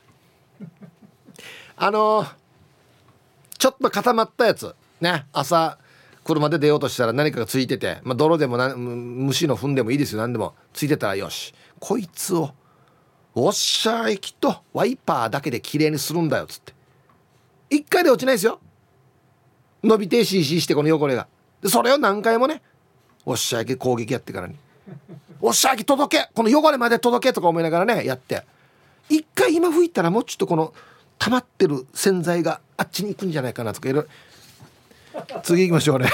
ちょっと固まったやつね、朝車で出ようとしたら何かがついてて、泥でも虫の糞でもいいですよ、何でもついてたら、よしこいつをウォッシャー液とワイパーだけできれいにするんだよっつって、1回で落ちないですよ。伸びて CC してこの汚れが、でそれを何回もね、ウォッシャー液攻撃やってからにウォッシャー液届け、この汚れまで届けとか思いながらねやって、1回今吹いたらもうちょっとこの溜まってる洗剤があっちに行くんじゃないかなとかいろいろ。次行きましょうね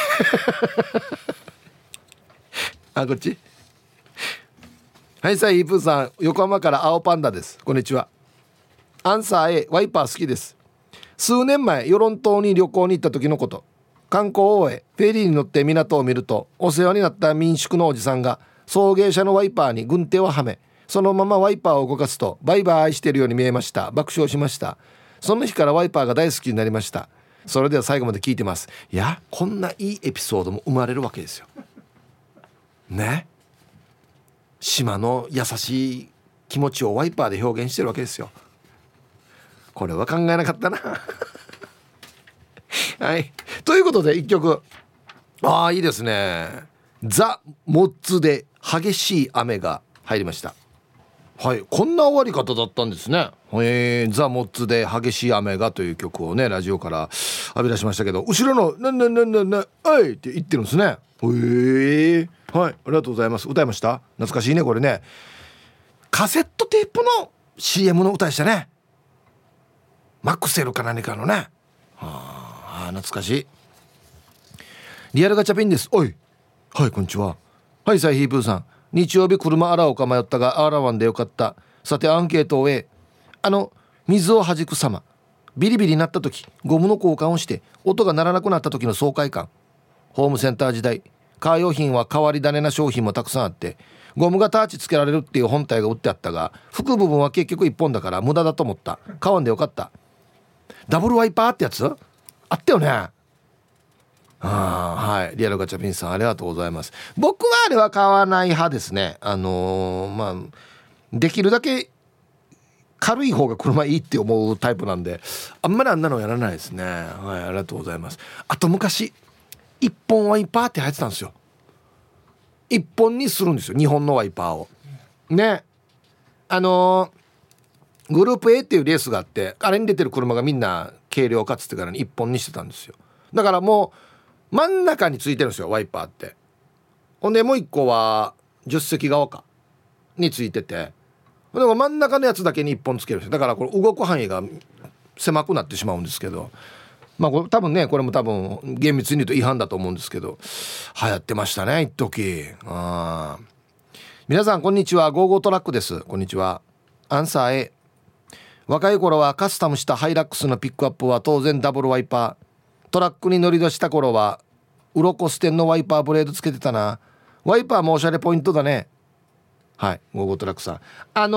こっち。はい、さあイープーさん、横浜から青パンダです。こんにちは。アンサー A、 ワイパー好きです。数年前与論島に旅行に行った時のこと、観光を終えフェリーに乗って港を見ると、お世話になった民宿のおじさんが送迎車のワイパーに軍手をはめ、そのままワイパーを動かすとバイバイしてるように見えました。爆笑しました。その日からワイパーが大好きになりました。それでは最後まで聞いてます。いや、こんないいエピソードも生まれるわけですよね。島の優しい気持ちをワイパーで表現してるわけですよ。これは考えなかったなはい、ということで1曲、いいですね。ザ・モッツで激しい雨が入りました。はい、こんな終わり方だったんですね。ザ・モッツで激しい雨がという曲をね、ラジオから浴び出しましたけど、後ろのなあいって言ってるんですね。はい、ありがとうございます。歌いました。懐かしいねこれね。カセットテープの CM の歌でしたね。 マクセルか何かのね。はあ、懐かしい。リアルガチャピンです。おい、はい、こんにちは。はい、サイヒープーさん、日曜日車洗おうか迷ったが洗わんでよかった。さてアンケートを終え、水を弾く様、ビリビリになった時ゴムの交換をして音が鳴らなくなった時の爽快感。ホームセンター時代、カー用品は変わり種な商品もたくさんあって、ゴムがターチつけられるっていう本体が売ってあったが、吹く部分は結局1本だから無駄だと思った。買わんでよかった。ダブルワイパーってやつあったよね。はい、リアルガチャピンさんありがとうございます。僕はあれは買わない派ですね。できるだけ軽い方が車いいって思うタイプなんで、あんまりあんなのやらないですね。はい、ありがとうございます。あと昔一本ワイパーって入ってたんですよ。一本にするんですよ、日本のワイパーをね。グループ A っていうレースがあって、あれに出てる車がみんな軽量化っつってからに一本にしてたんですよ。だからもう真ん中についてるんですよ、ワイパーって。ほんでもう一個は助手席側かについてて、でも真ん中のやつだけに一本つけるんですよ。だからこれ動く範囲が狭くなってしまうんですけど、これ多分ね、これも多分厳密に言うと違反だと思うんですけど、流行ってましたね一時。皆さんこんにちは、ゴーゴートラックです。こんにちは。アンサー A。 若い頃はカスタムしたハイラックスのピックアップは当然ダブルワイパー。トラックに乗り出した頃は鱗ステンのワイパーブレードつけてたな。ワイパーもおしゃれポイントだね。はい、ゴーゴートラックさん、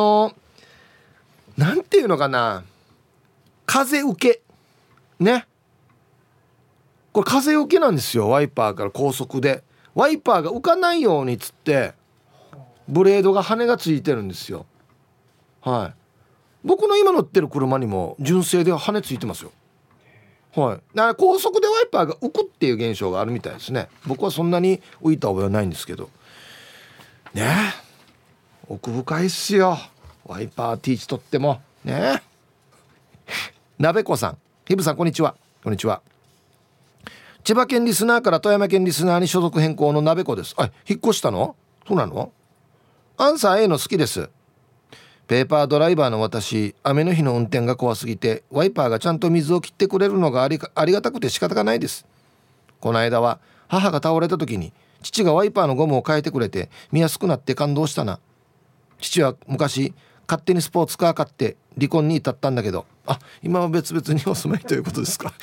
なんていうのかな、風受けね、これ風受けなんですよ。ワイパーから高速でワイパーが浮かないようにつってブレードが羽がついてるんですよ。はい、僕の今乗ってる車にも純正で羽ついてますよ。はい、だから高速でワイパーが浮くっていう現象があるみたいですね。僕はそんなに浮いた覚えはないんですけどね。奥深いっすよ、ワイパーティーチとってもね。なべこさん、ひぶさんこんにちは。こんにちは。千葉県リスナーから富山県リスナーに所属変更のなべこです。引っ越したの？そうなの？アンサー A の好きです。ペーパードライバーの私、雨の日の運転が怖すぎてワイパーがちゃんと水を切ってくれるのがありがたくて仕方がないです。この間は母が倒れた時に父がワイパーのゴムを変えてくれて見やすくなって感動したな。父は昔勝手にスポーツカー買って離婚に至ったんだけど、今は別々にお住まいということですか。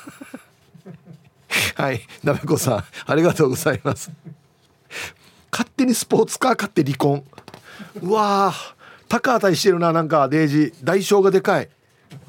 はい、なべこさんありがとうございます。勝手にスポーツカー買って離婚、うわー高値してるな。なんかデージ代償がでかい。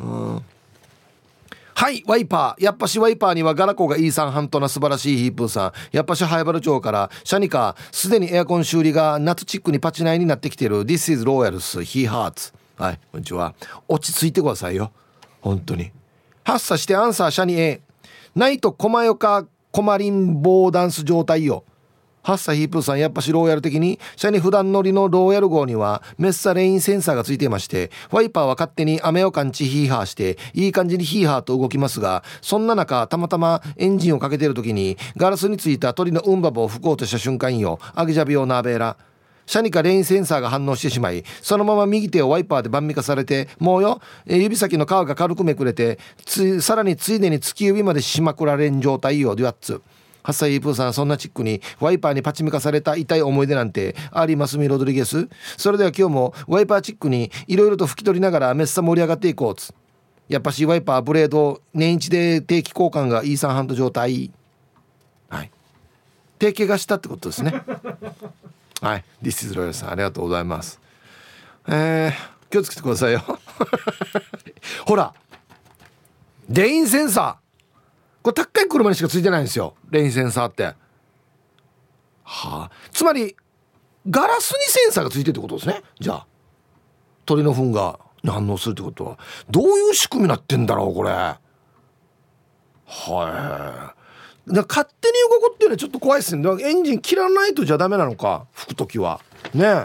はい、ワイパー、やっぱしワイパーにはガラコがいいさんハントな素晴らしいヒープーさん、やっぱしハイバル町からシャニカすでにエアコン修理が夏チックにパチナイになってきている This is Royals He Hearts。 はい、こんにちは。落ち着いてくださいよ本当に。発作してアンサーシャニ A。 ないとコマヨカコマリンボーダンス状態よ。ハッサヒープーさん、やっぱしローヤル的に車に普段乗りのローヤル号にはメッサレインセンサーがついていまして、ワイパーは勝手に雨を感知ヒーハーしていい感じにヒーハーと動きますが、そんな中たまたまエンジンをかけている時にガラスについた鳥のウンバボを吹こうとした瞬間よ、アギジャビオナーベーラ、車にかレインセンサーが反応してしまい、そのまま右手をワイパーで万味化されて、もうよ指先の皮が軽くめくれてさらについでに突き指までしまくられん状態よ。デュアッツハッサイープーさん、そんなチックにワイパーにパチミ化された痛い思い出なんてありますみロドリゲス。それでは今日もワイパーチックにいろいろと拭き取りながらめっさ盛り上がっていこうつ。やっぱしワイパーブレード年一で定期交換がいい3半と状態。はい、定期がしたってことですね。はい、This is Royal さんありがとうございます。気をつけてくださいよ。ほらレインセンサー、これ高い車にしかついてないんですよ、レインセンサーって。つまりガラスにセンサーがついてるってことですね。じゃあ鳥の糞が反応するってことはどういう仕組みになってんだろうこれ。勝手に動くっていうのはちょっと怖いですね。だからエンジン切らないとじゃダメなのか、吹くときはね。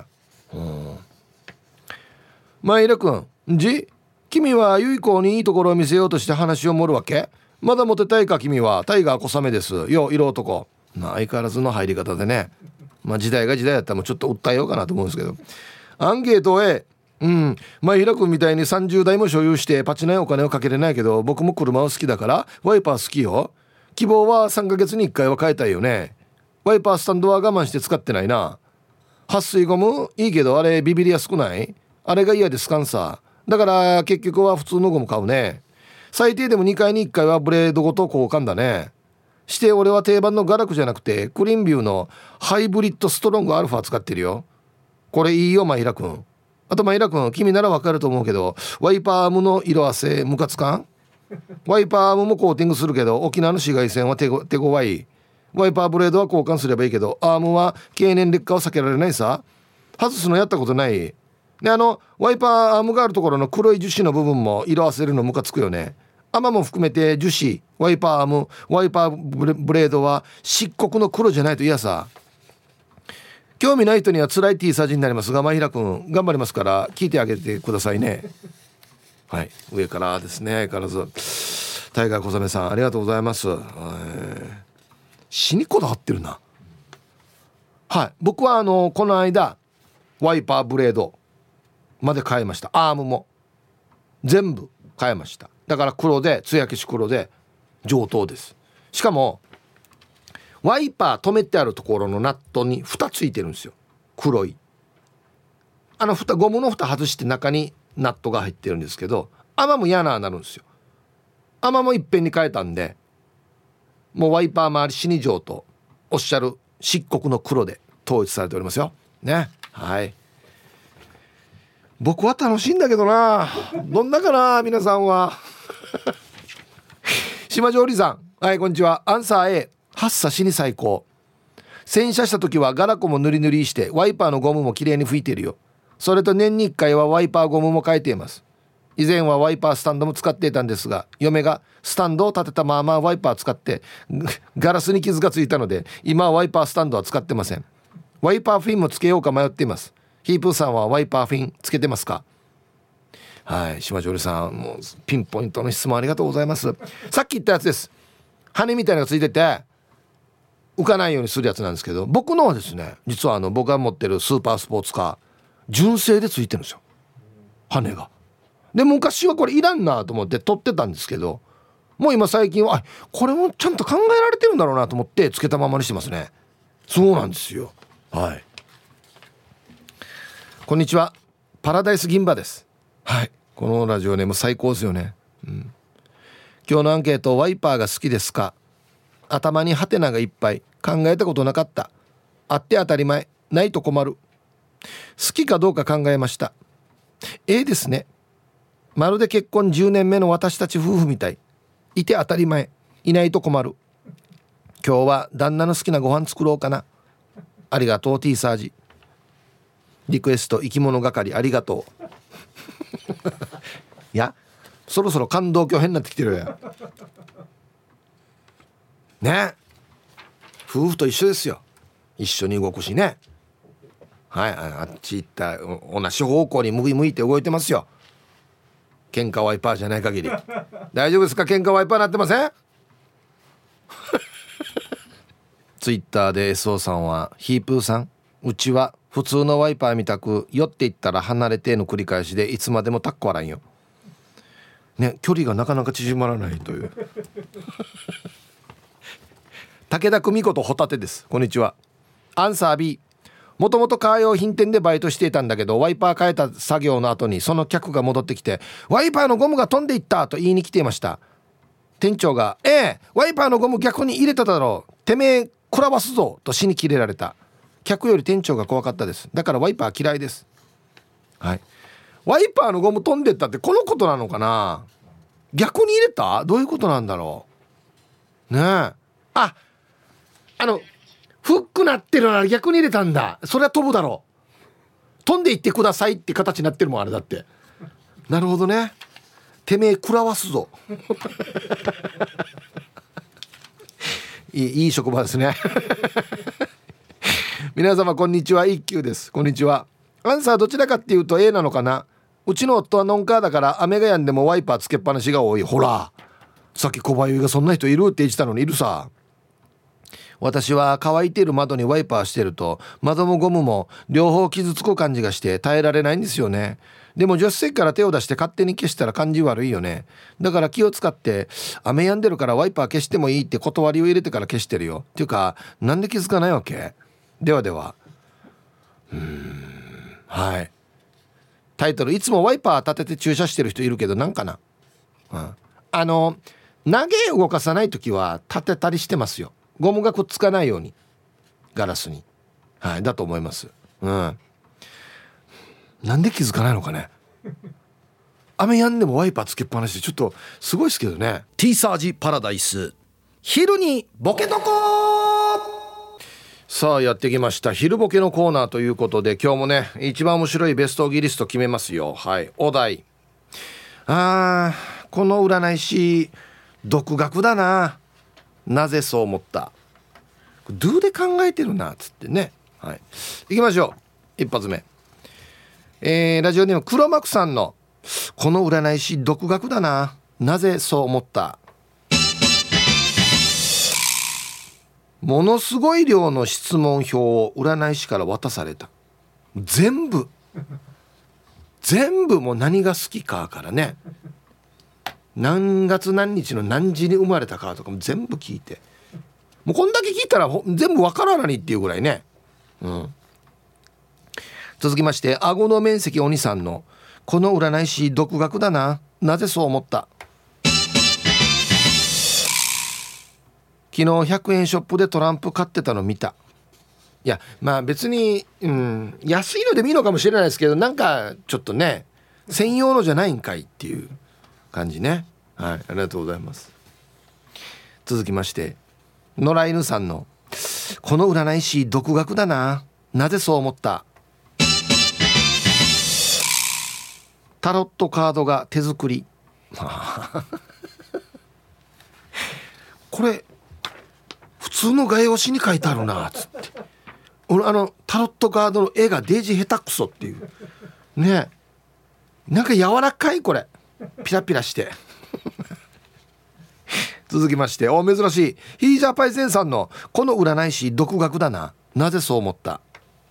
マイラ君、君はユイコにいいところを見せようとして話を盛るわけ？まだモテたいか君は。タイガー小雨ですよ、色男。相変わらずの入り方でね。時代が時代だったらもうちょっと訴えようかなと思うんですけど。アンケート A。 うん、前平君みたいに30台も所有してパチないお金をかけれないけど、僕も車は好きだからワイパー好きよ。希望は3ヶ月に1回は変えたいよね。ワイパースタンドは我慢して使ってないな。撥水ゴムいいけどあれビビりやすくない？あれが嫌ですかんさ。だから結局は普通のゴム買うね。最低でも2回に1回はブレードごと交換だね。して俺は定番のガラクじゃなくてクリーンビューのハイブリッドストロングアルファ使ってるよ。これいいよマイラ君。あとマイラ君、君ならわかると思うけど、ワイパーアームの色あせムカつかん？ワイパーアームもコーティングするけど沖縄の紫外線は手強い。ワイパーブレードは交換すればいいけどアームは経年劣化を避けられないさ。外すのやったことない？でワイパーアームがあるところの黒い樹脂の部分も色あせるのムカつくよね。雨も含めて樹脂、ワイパーアーム、ワイパーブレードは漆黒の黒じゃないと嫌さ。興味ない人には辛い T サージになりますが、マヒラ君頑張りますから聞いてあげてくださいね。はい、上からですね。相変わらずタイガー小雨さんありがとうございます。死にこだわってるな。はい、僕はこの間ワイパーブレードまで変えました。アームも全部変えました。だから黒で艶消し黒で上等です。しかもワイパー止めてあるところのナットに蓋ついてるんですよ。黒い蓋、ゴムの蓋外して中にナットが入ってるんですけど、雨も嫌なるんですよ。雨もいっぺんに変えたんで、もうワイパー周り死に上とおっしゃる漆黒の黒で統一されておりますよね。はい、僕は楽しいんだけどな。どんなかな皆さんは。島上里さん、はいこんにちは。アンサー A、 発射しに最高。洗車した時はガラコも塗り塗りしてワイパーのゴムもきれいに拭いているよ。それと年に1回はワイパーゴムも変えています。以前はワイパースタンドも使っていたんですが、嫁がスタンドを立てたままワイパー使ってガラスに傷がついたので、今はワイパースタンドは使ってません。ワイパーフィンもつけようか迷っています。ヒープーさんはワイパーフィンつけてますか？はい、島上さんもうピンポイントの質問ありがとうございます。さっき言ったやつです。羽みたいなのがついてて浮かないようにするやつなんですけど、僕のはですね、実は僕が持ってるスーパースポーツカー純正でついてるんですよ、羽が。で昔はこれいらんなと思って取ってたんですけど、もう今最近はこれもちゃんと考えられてるんだろうなと思ってつけたままにしてますね。そうなんですよ。はい、こんにちは、パラダイス銀歯です。はい、このラジオネーム最高ですよね、今日のアンケート、ワイパーが好きですか？頭にハテナがいっぱい。考えたことなかった。あって当たり前、ないと困る。好きかどうか考えました。ですね。まるで結婚10年目の私たち夫婦みたい。いて当たり前、いないと困る。今日は旦那の好きなご飯作ろうかな。ありがとう T サージ。リクエスト生き物係ありがとう。いやそろそろ感動巨変になってきてるよね。夫婦と一緒ですよ。一緒に動くしね。はい、あっち行った同じ方向に向いて動いてますよ。喧嘩ワイパーじゃない限り。大丈夫ですか？喧嘩ワイパーなってません？ツイッターで SO さんは、ヒープーさん、うちは普通のワイパーみたく寄っていったら離れての繰り返しでいつまでもタッコ笑いよね。距離がなかなか縮まらないという武田久美子とホタテです。こんにちは。アンサー B、 もともとカー用品店でバイトしていたんだけど、ワイパー変えた作業の後にその客が戻ってきて、ワイパーのゴムが飛んでいったと言いに来ていました。店長がワイパーのゴム逆に入れただろう、てめえ食らわすぞと死に切れられた。客より店長が怖かったです。だからワイパー嫌いです。はい、ワイパーのゴム飛んでったってこのことなのかな。逆に入れた、どういうことなんだろうね。フックなってるなら逆に入れたんだ。それは飛ぶだろう。飛んでいってくださいって形になってるもんあれだって。なるほどね。てめえ食らわすぞ。いい職場ですね。皆様こんにちは、一休です。こんにちは。アンサーどちらかっていうと A なのかな。うちの夫はノンカーだから雨が止んでもワイパーつけっぱなしが多い。ほらさっき小林がそんな人いるって言ってたのにいるさ。私は乾いている窓にワイパーしてると窓もゴムも両方傷つく感じがして耐えられないんですよね。 でも助手席から手を出して勝手に消したら感じ悪いよね。だから気を使って雨止んでるからワイパー消してもいいって断りを入れてから消してるよ。っていうかなんで気づかないわけ。ではでは。はい。タイトル、いつもワイパー立てて駐車してる人いるけどなんかな、投げ動かさないときは立てたりしてますよ。ゴムがくっつかないようにガラスに、はい、だと思います。なんで気づかないのかね。雨やんでもワイパーつけっぱなしでちょっとすごいですけどね。 T サージパラダイス、昼にボケとこ。さあやってきました昼ボケのコーナーということで、今日もね一番面白いベストギリスト決めますよ。はい、お題、この占い師独学だな、なぜそう思った。ドゥで考えてるなっつってね。はい、行きましょう。一発目、ラジオネーム黒幕さんのこの占い師独学だな、なぜそう思った。ものすごい量の質問票を占い師から渡された。全部もう何が好きかからね、何月何日の何時に生まれたかとかも全部聞いて、もうこんだけ聞いたら全部わからないっていうぐらいね。続きまして、顎の面積お兄さんのこの占い師独学だな、なぜそう思った。昨日100円ショップでトランプ買ってたの見た。いやまあ別に、安いのでもいいのかもしれないですけど、なんかちょっとね専用のじゃないんかいっていう感じね。はい、ありがとうございます。続きまして、野良犬さんのこの占い師独学だな、なぜそう思った。タロットカードが手作りこれ普通の画用紙に書いてあるなつって、俺タロットカードの絵がデージ下手くそっていうね。なんか柔らかい、これピラピラして続きまして、珍しいヒージャーパイセンさんのこの占い師独学だな、なぜそう思った。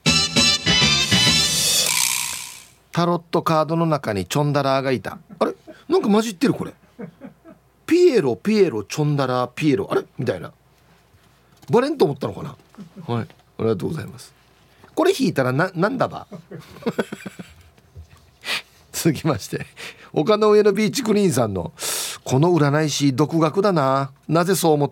タロットカードの中にチョンダラーがいた。あれなんか混じってる、これピエロチョンダラーピエロ、あれみたいな、バレんと思ったのかな。はい、ありがとうございます。これ引いたらなんだば続きまして、丘の上のビーチクリーンさんのこの占い師独学だな、なぜそう思った。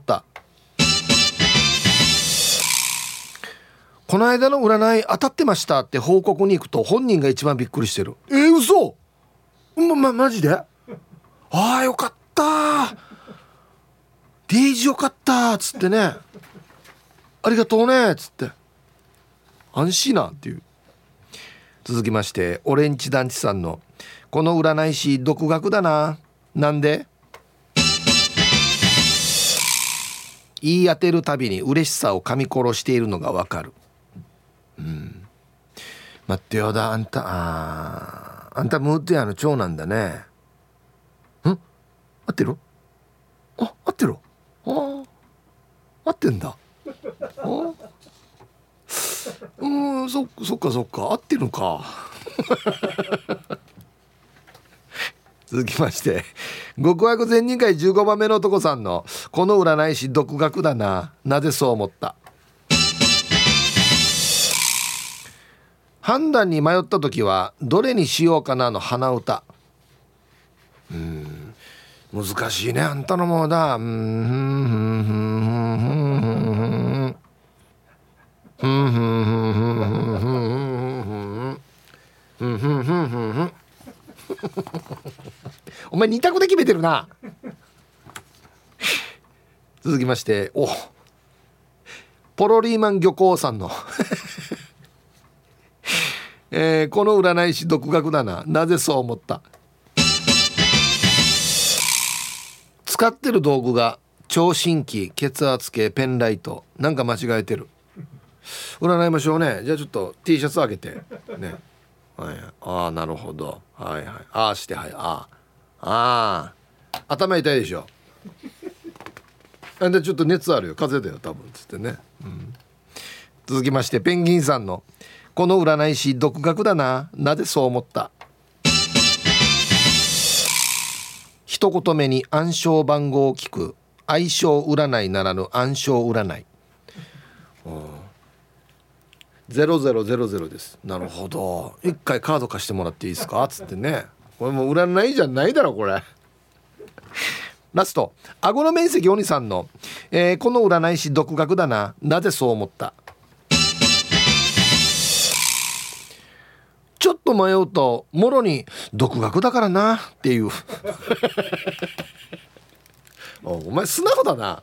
この間の占い当たってましたって報告に行くと本人が一番びっくりしてる。嘘、マジで、よかったデイジよかったつってね、ありがとうねつって安心なっていう。続きまして、オレンジ団地さんのこの占い師独学だな、なんで。言い当てるたびに嬉しさを噛み殺しているのがわかる。待ってよだ、あんたムーティアの長男だね。合ってる、合ってる、合ってんだ。そっか合ってるのか続きまして、極悪善人会15番目の男さんのこの占い師独学だな、なぜそう思った。判断に迷った時はどれにしようかなの鼻歌。難しいね、あんたのものだ。お前2択で決めてるな続きまして、ポロリーマン漁港さんのこの占い師独学だな、なぜそう思った。使ってる道具が聴診器、血圧計、ペンライト、なんか間違えてる。占いましょうね。じゃあちょっと T シャツあげてね。なるほど、して、頭痛いでしょでちょっと熱あるよ、風邪だよ多分つってね、続きまして、ペンギンさんのこの占い師独学だな、なぜそう思った。 一言目に暗証番号を聞く相性占いならぬ暗証占い。0000です。なるほど。一回カード貸してもらっていいですかつってね。これもう占いじゃないだろこれ。ラスト、顎の面積お兄さんの、この占い師独学だな、なぜそう思った。ちょっと迷うともろに独学だからなっていうお前素直だな。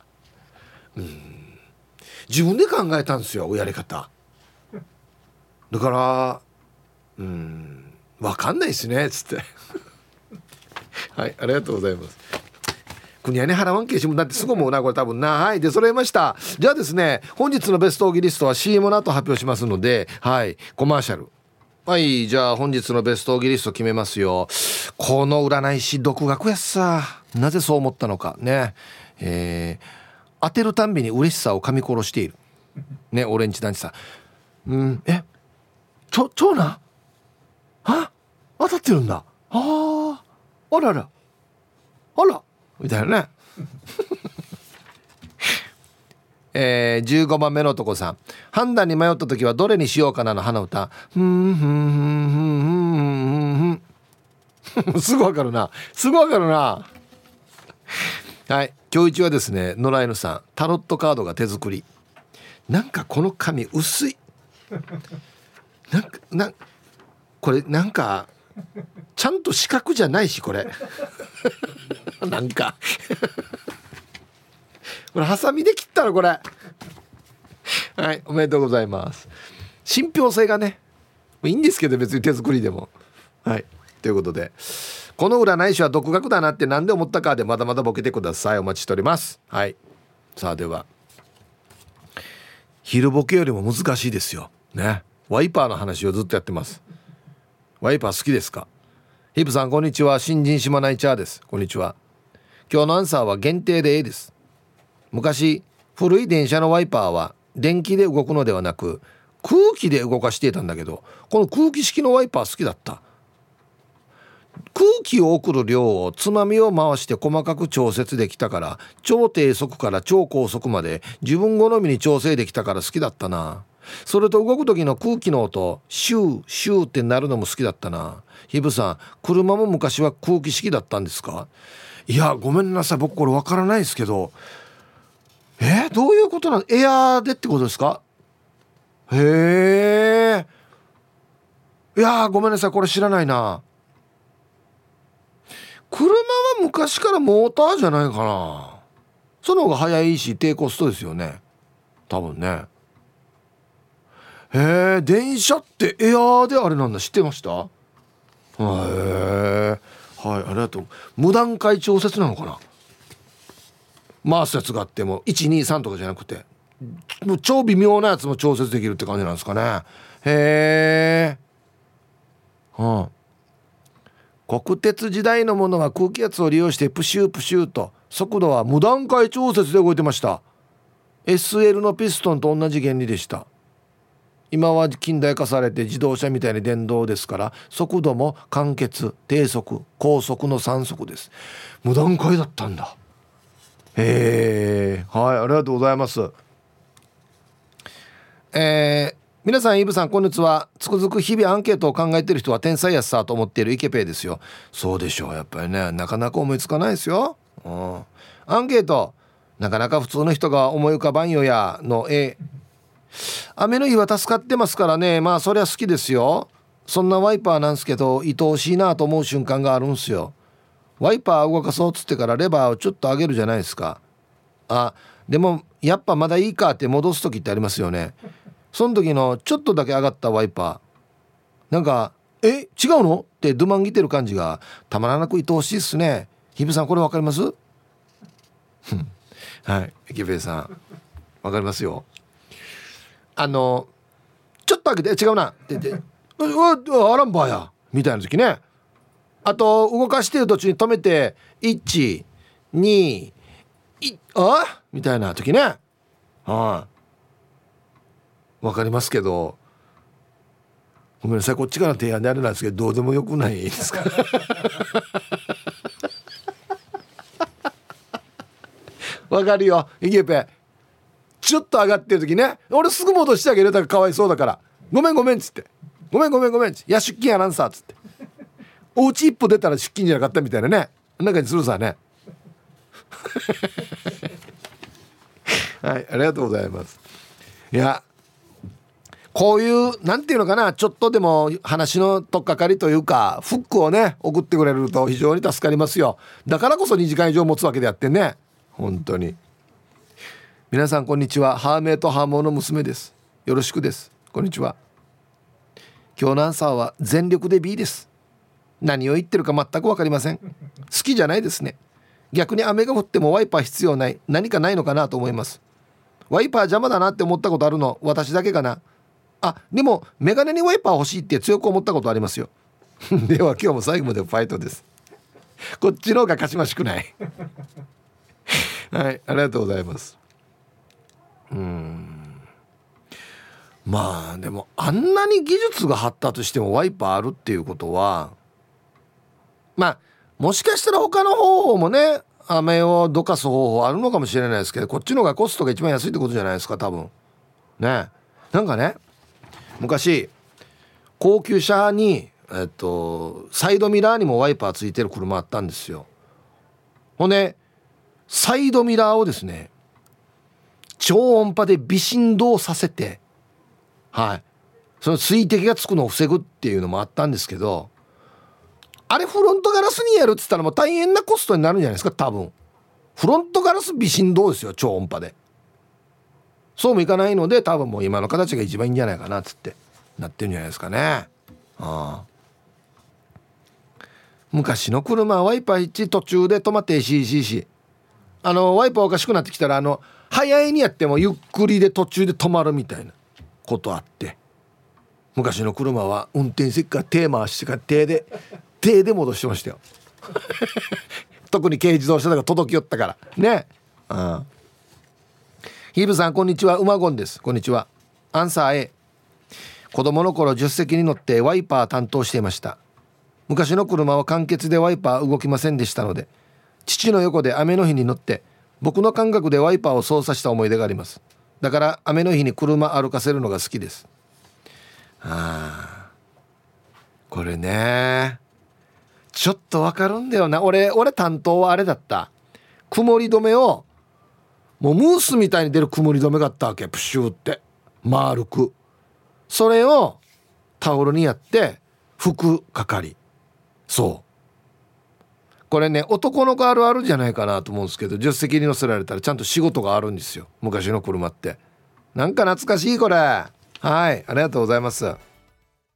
自分で考えたんですよやり方だから分かんないですねつってはいありがとうございます。国はね払わんけしもだってすぐ思うなこれ多分な。はいで揃えました。じゃあですね本日のベストオギリストは CM の後発表しますので、はいコマーシャル。はいじゃあ本日のベストオギリスト決めますよ。この占い師独学やっさ。なぜそう思ったのかね。当てるたんびに嬉しさを噛み殺しているね。オレンジ団地さん長男当たってるんだ。あららあらみたいなね15番目の男さん、判断に迷った時はどれにしようかなの鼻歌すぐわかるなすぐわかるな。はい今日一はですね野良犬さん、タロットカードが手作り。なんかこの紙薄いこれなんかちゃんと四角じゃないしこれなんかこれハサミで切ったのこれ。はいおめでとうございます。信憑性がねいいんですけど別に手作りでも。はいということでこの占い師は独学だなってなんで思ったかでまだまだボケてください。お待ちしております。はいさあでは昼ボケよりも難しいですよね。ワイパーの話をずっとやってます。ワイパー好きですか。ヒップさんこんにちは、新人島内チャーです。こんにちは。今日のアンサーは限定で A です。昔古い電車のワイパーは電気で動くのではなく空気で動かしていたんだけど、この空気式のワイパー好きだった。空気を送る量をつまみを回して細かく調節できたから、超低速から超高速まで自分好みに調整できたから好きだったな。それと動く時の空気の音シューシューってなるのも好きだったな。ヒブさん車も昔は空気式だったんですか。いやごめんなさい僕これわからないですけど、どういうことなの。エアーでってことですか。へえ。いやごめんなさいこれ知らないな。車は昔からモーターじゃないかな。その方が速いし低コストですよね多分ね。電車ってエアーであれなんだ知ってました。はいありがとう。無段階調節なのかな。回すやつがあっても123とかじゃなくてもう超微妙なやつも調節できるって感じなんですかね。国鉄時代のものは空気圧を利用してプシュープシューと速度は無段階調節で動いてました。 SL のピストンと同じ原理でした。今は近代化されて自動車みたいに電動ですから速度も間欠低速高速の3速です。無段階だったんだ。はいありがとうございます。皆さんイブさんこんにちは。つくづく日々アンケートを考えてる人は天才やっさと思っているイケペイですよ。そうでしょうやっぱりねなかなか思いつかないですよ。アンケートなかなか普通の人が思い浮かばんよやの雨の日は助かってますからね。まあそりゃ好きですよ。そんなワイパーなんすけど愛おしいなと思う瞬間があるんすよ。ワイパー動かそうっつってからレバーをちょっと上げるじゃないですか。でもやっぱまだいいかって戻す時ってありますよね。その時のちょっとだけ上がったワイパーなんか違うのってドマンギてる感じがたまらなく愛おしいっすね。ヒブさんこれわかりますはいエキペイさんわかりますよ。ちょっと開けて違うなって言ってアランバーやみたいな時ね。あと動かしてる途中に止めて1、2、みたいな時ね。わかりますけどごめんなさいこっちから提案であれなんですけどどうでもよくないですかわかるよイケペ。ちょっと上がってる時ね、俺すぐ戻してあげるだからかわいそうだから、ごめんごめんっつって、ごめんごめんごめんっつって、いや出勤やなんさっつって、お家一歩出たら出勤じゃなかったみたいなね、あんな感じするさねはい、ありがとうございます。いやこういうなんていうのかな、ちょっとでも話の取っかかりというかフックをね送ってくれると非常に助かりますよ。だからこそ2時間以上持つわけであってね、本当に。皆さんこんにちは、ハーメイとハーモーの娘です。よろしくです。こんにちは。今日のアンサーは全力で B です。何を言ってるか全く分かりません。好きじゃないですね。逆に雨が降ってもワイパー必要ない、何かないのかなと思います。ワイパー邪魔だなって思ったことあるの私だけかな。あ、でもメガネにワイパー欲しいって強く思ったことありますよでは今日も最後までファイトです。こっちの方がかしましくないはい、ありがとうございます。まあでもあんなに技術が発達してもワイパーあるっていうことは、まあもしかしたら他の方法もね、雨をどかす方法あるのかもしれないですけど、こっちの方がコストが一番安いってことじゃないですか多分ね。なんかね、昔高級車に、サイドミラーにもワイパーついてる車あったんですよ。ほんでサイドミラーをですね超音波で微振動させて、はい、その水滴がつくのを防ぐっていうのもあったんですけど、あれフロントガラスにやるって言ったらもう大変なコストになるんじゃないですか多分。フロントガラス微振動ですよ、超音波で。そうもいかないので多分もう今の形が一番いいんじゃないかなっつってなってるんじゃないですかね。昔の車はワイパー1途中で止まって CCC、 ワイパーおかしくなってきたら早いにやってもゆっくりで途中で止まるみたいなことあって、昔の車は運転席から手回してから手で戻してましたよ特に軽自動車だから届きよったからね。ヒブさんこんにちは、うまごんです。こんにちは。アンサー A。 子供の頃助手席に乗ってワイパー担当していました。昔の車は簡潔でワイパー動きませんでしたので、父の横で雨の日に乗って僕の感覚でワイパーを操作した思い出があります。だから雨の日に車歩かせるのが好きです。これねちょっとわかるんだよな。俺担当はあれだった。曇り止めをもうムースみたいに出る曇り止めがあったわけ。プシューって丸く、それをタオルにやって拭く係。そうこれね男の子あるあるじゃないかなと思うんですけど、助手席に乗せられたらちゃんと仕事があるんですよ昔の車って。なんか懐かしいこれ。はい、ありがとうございます。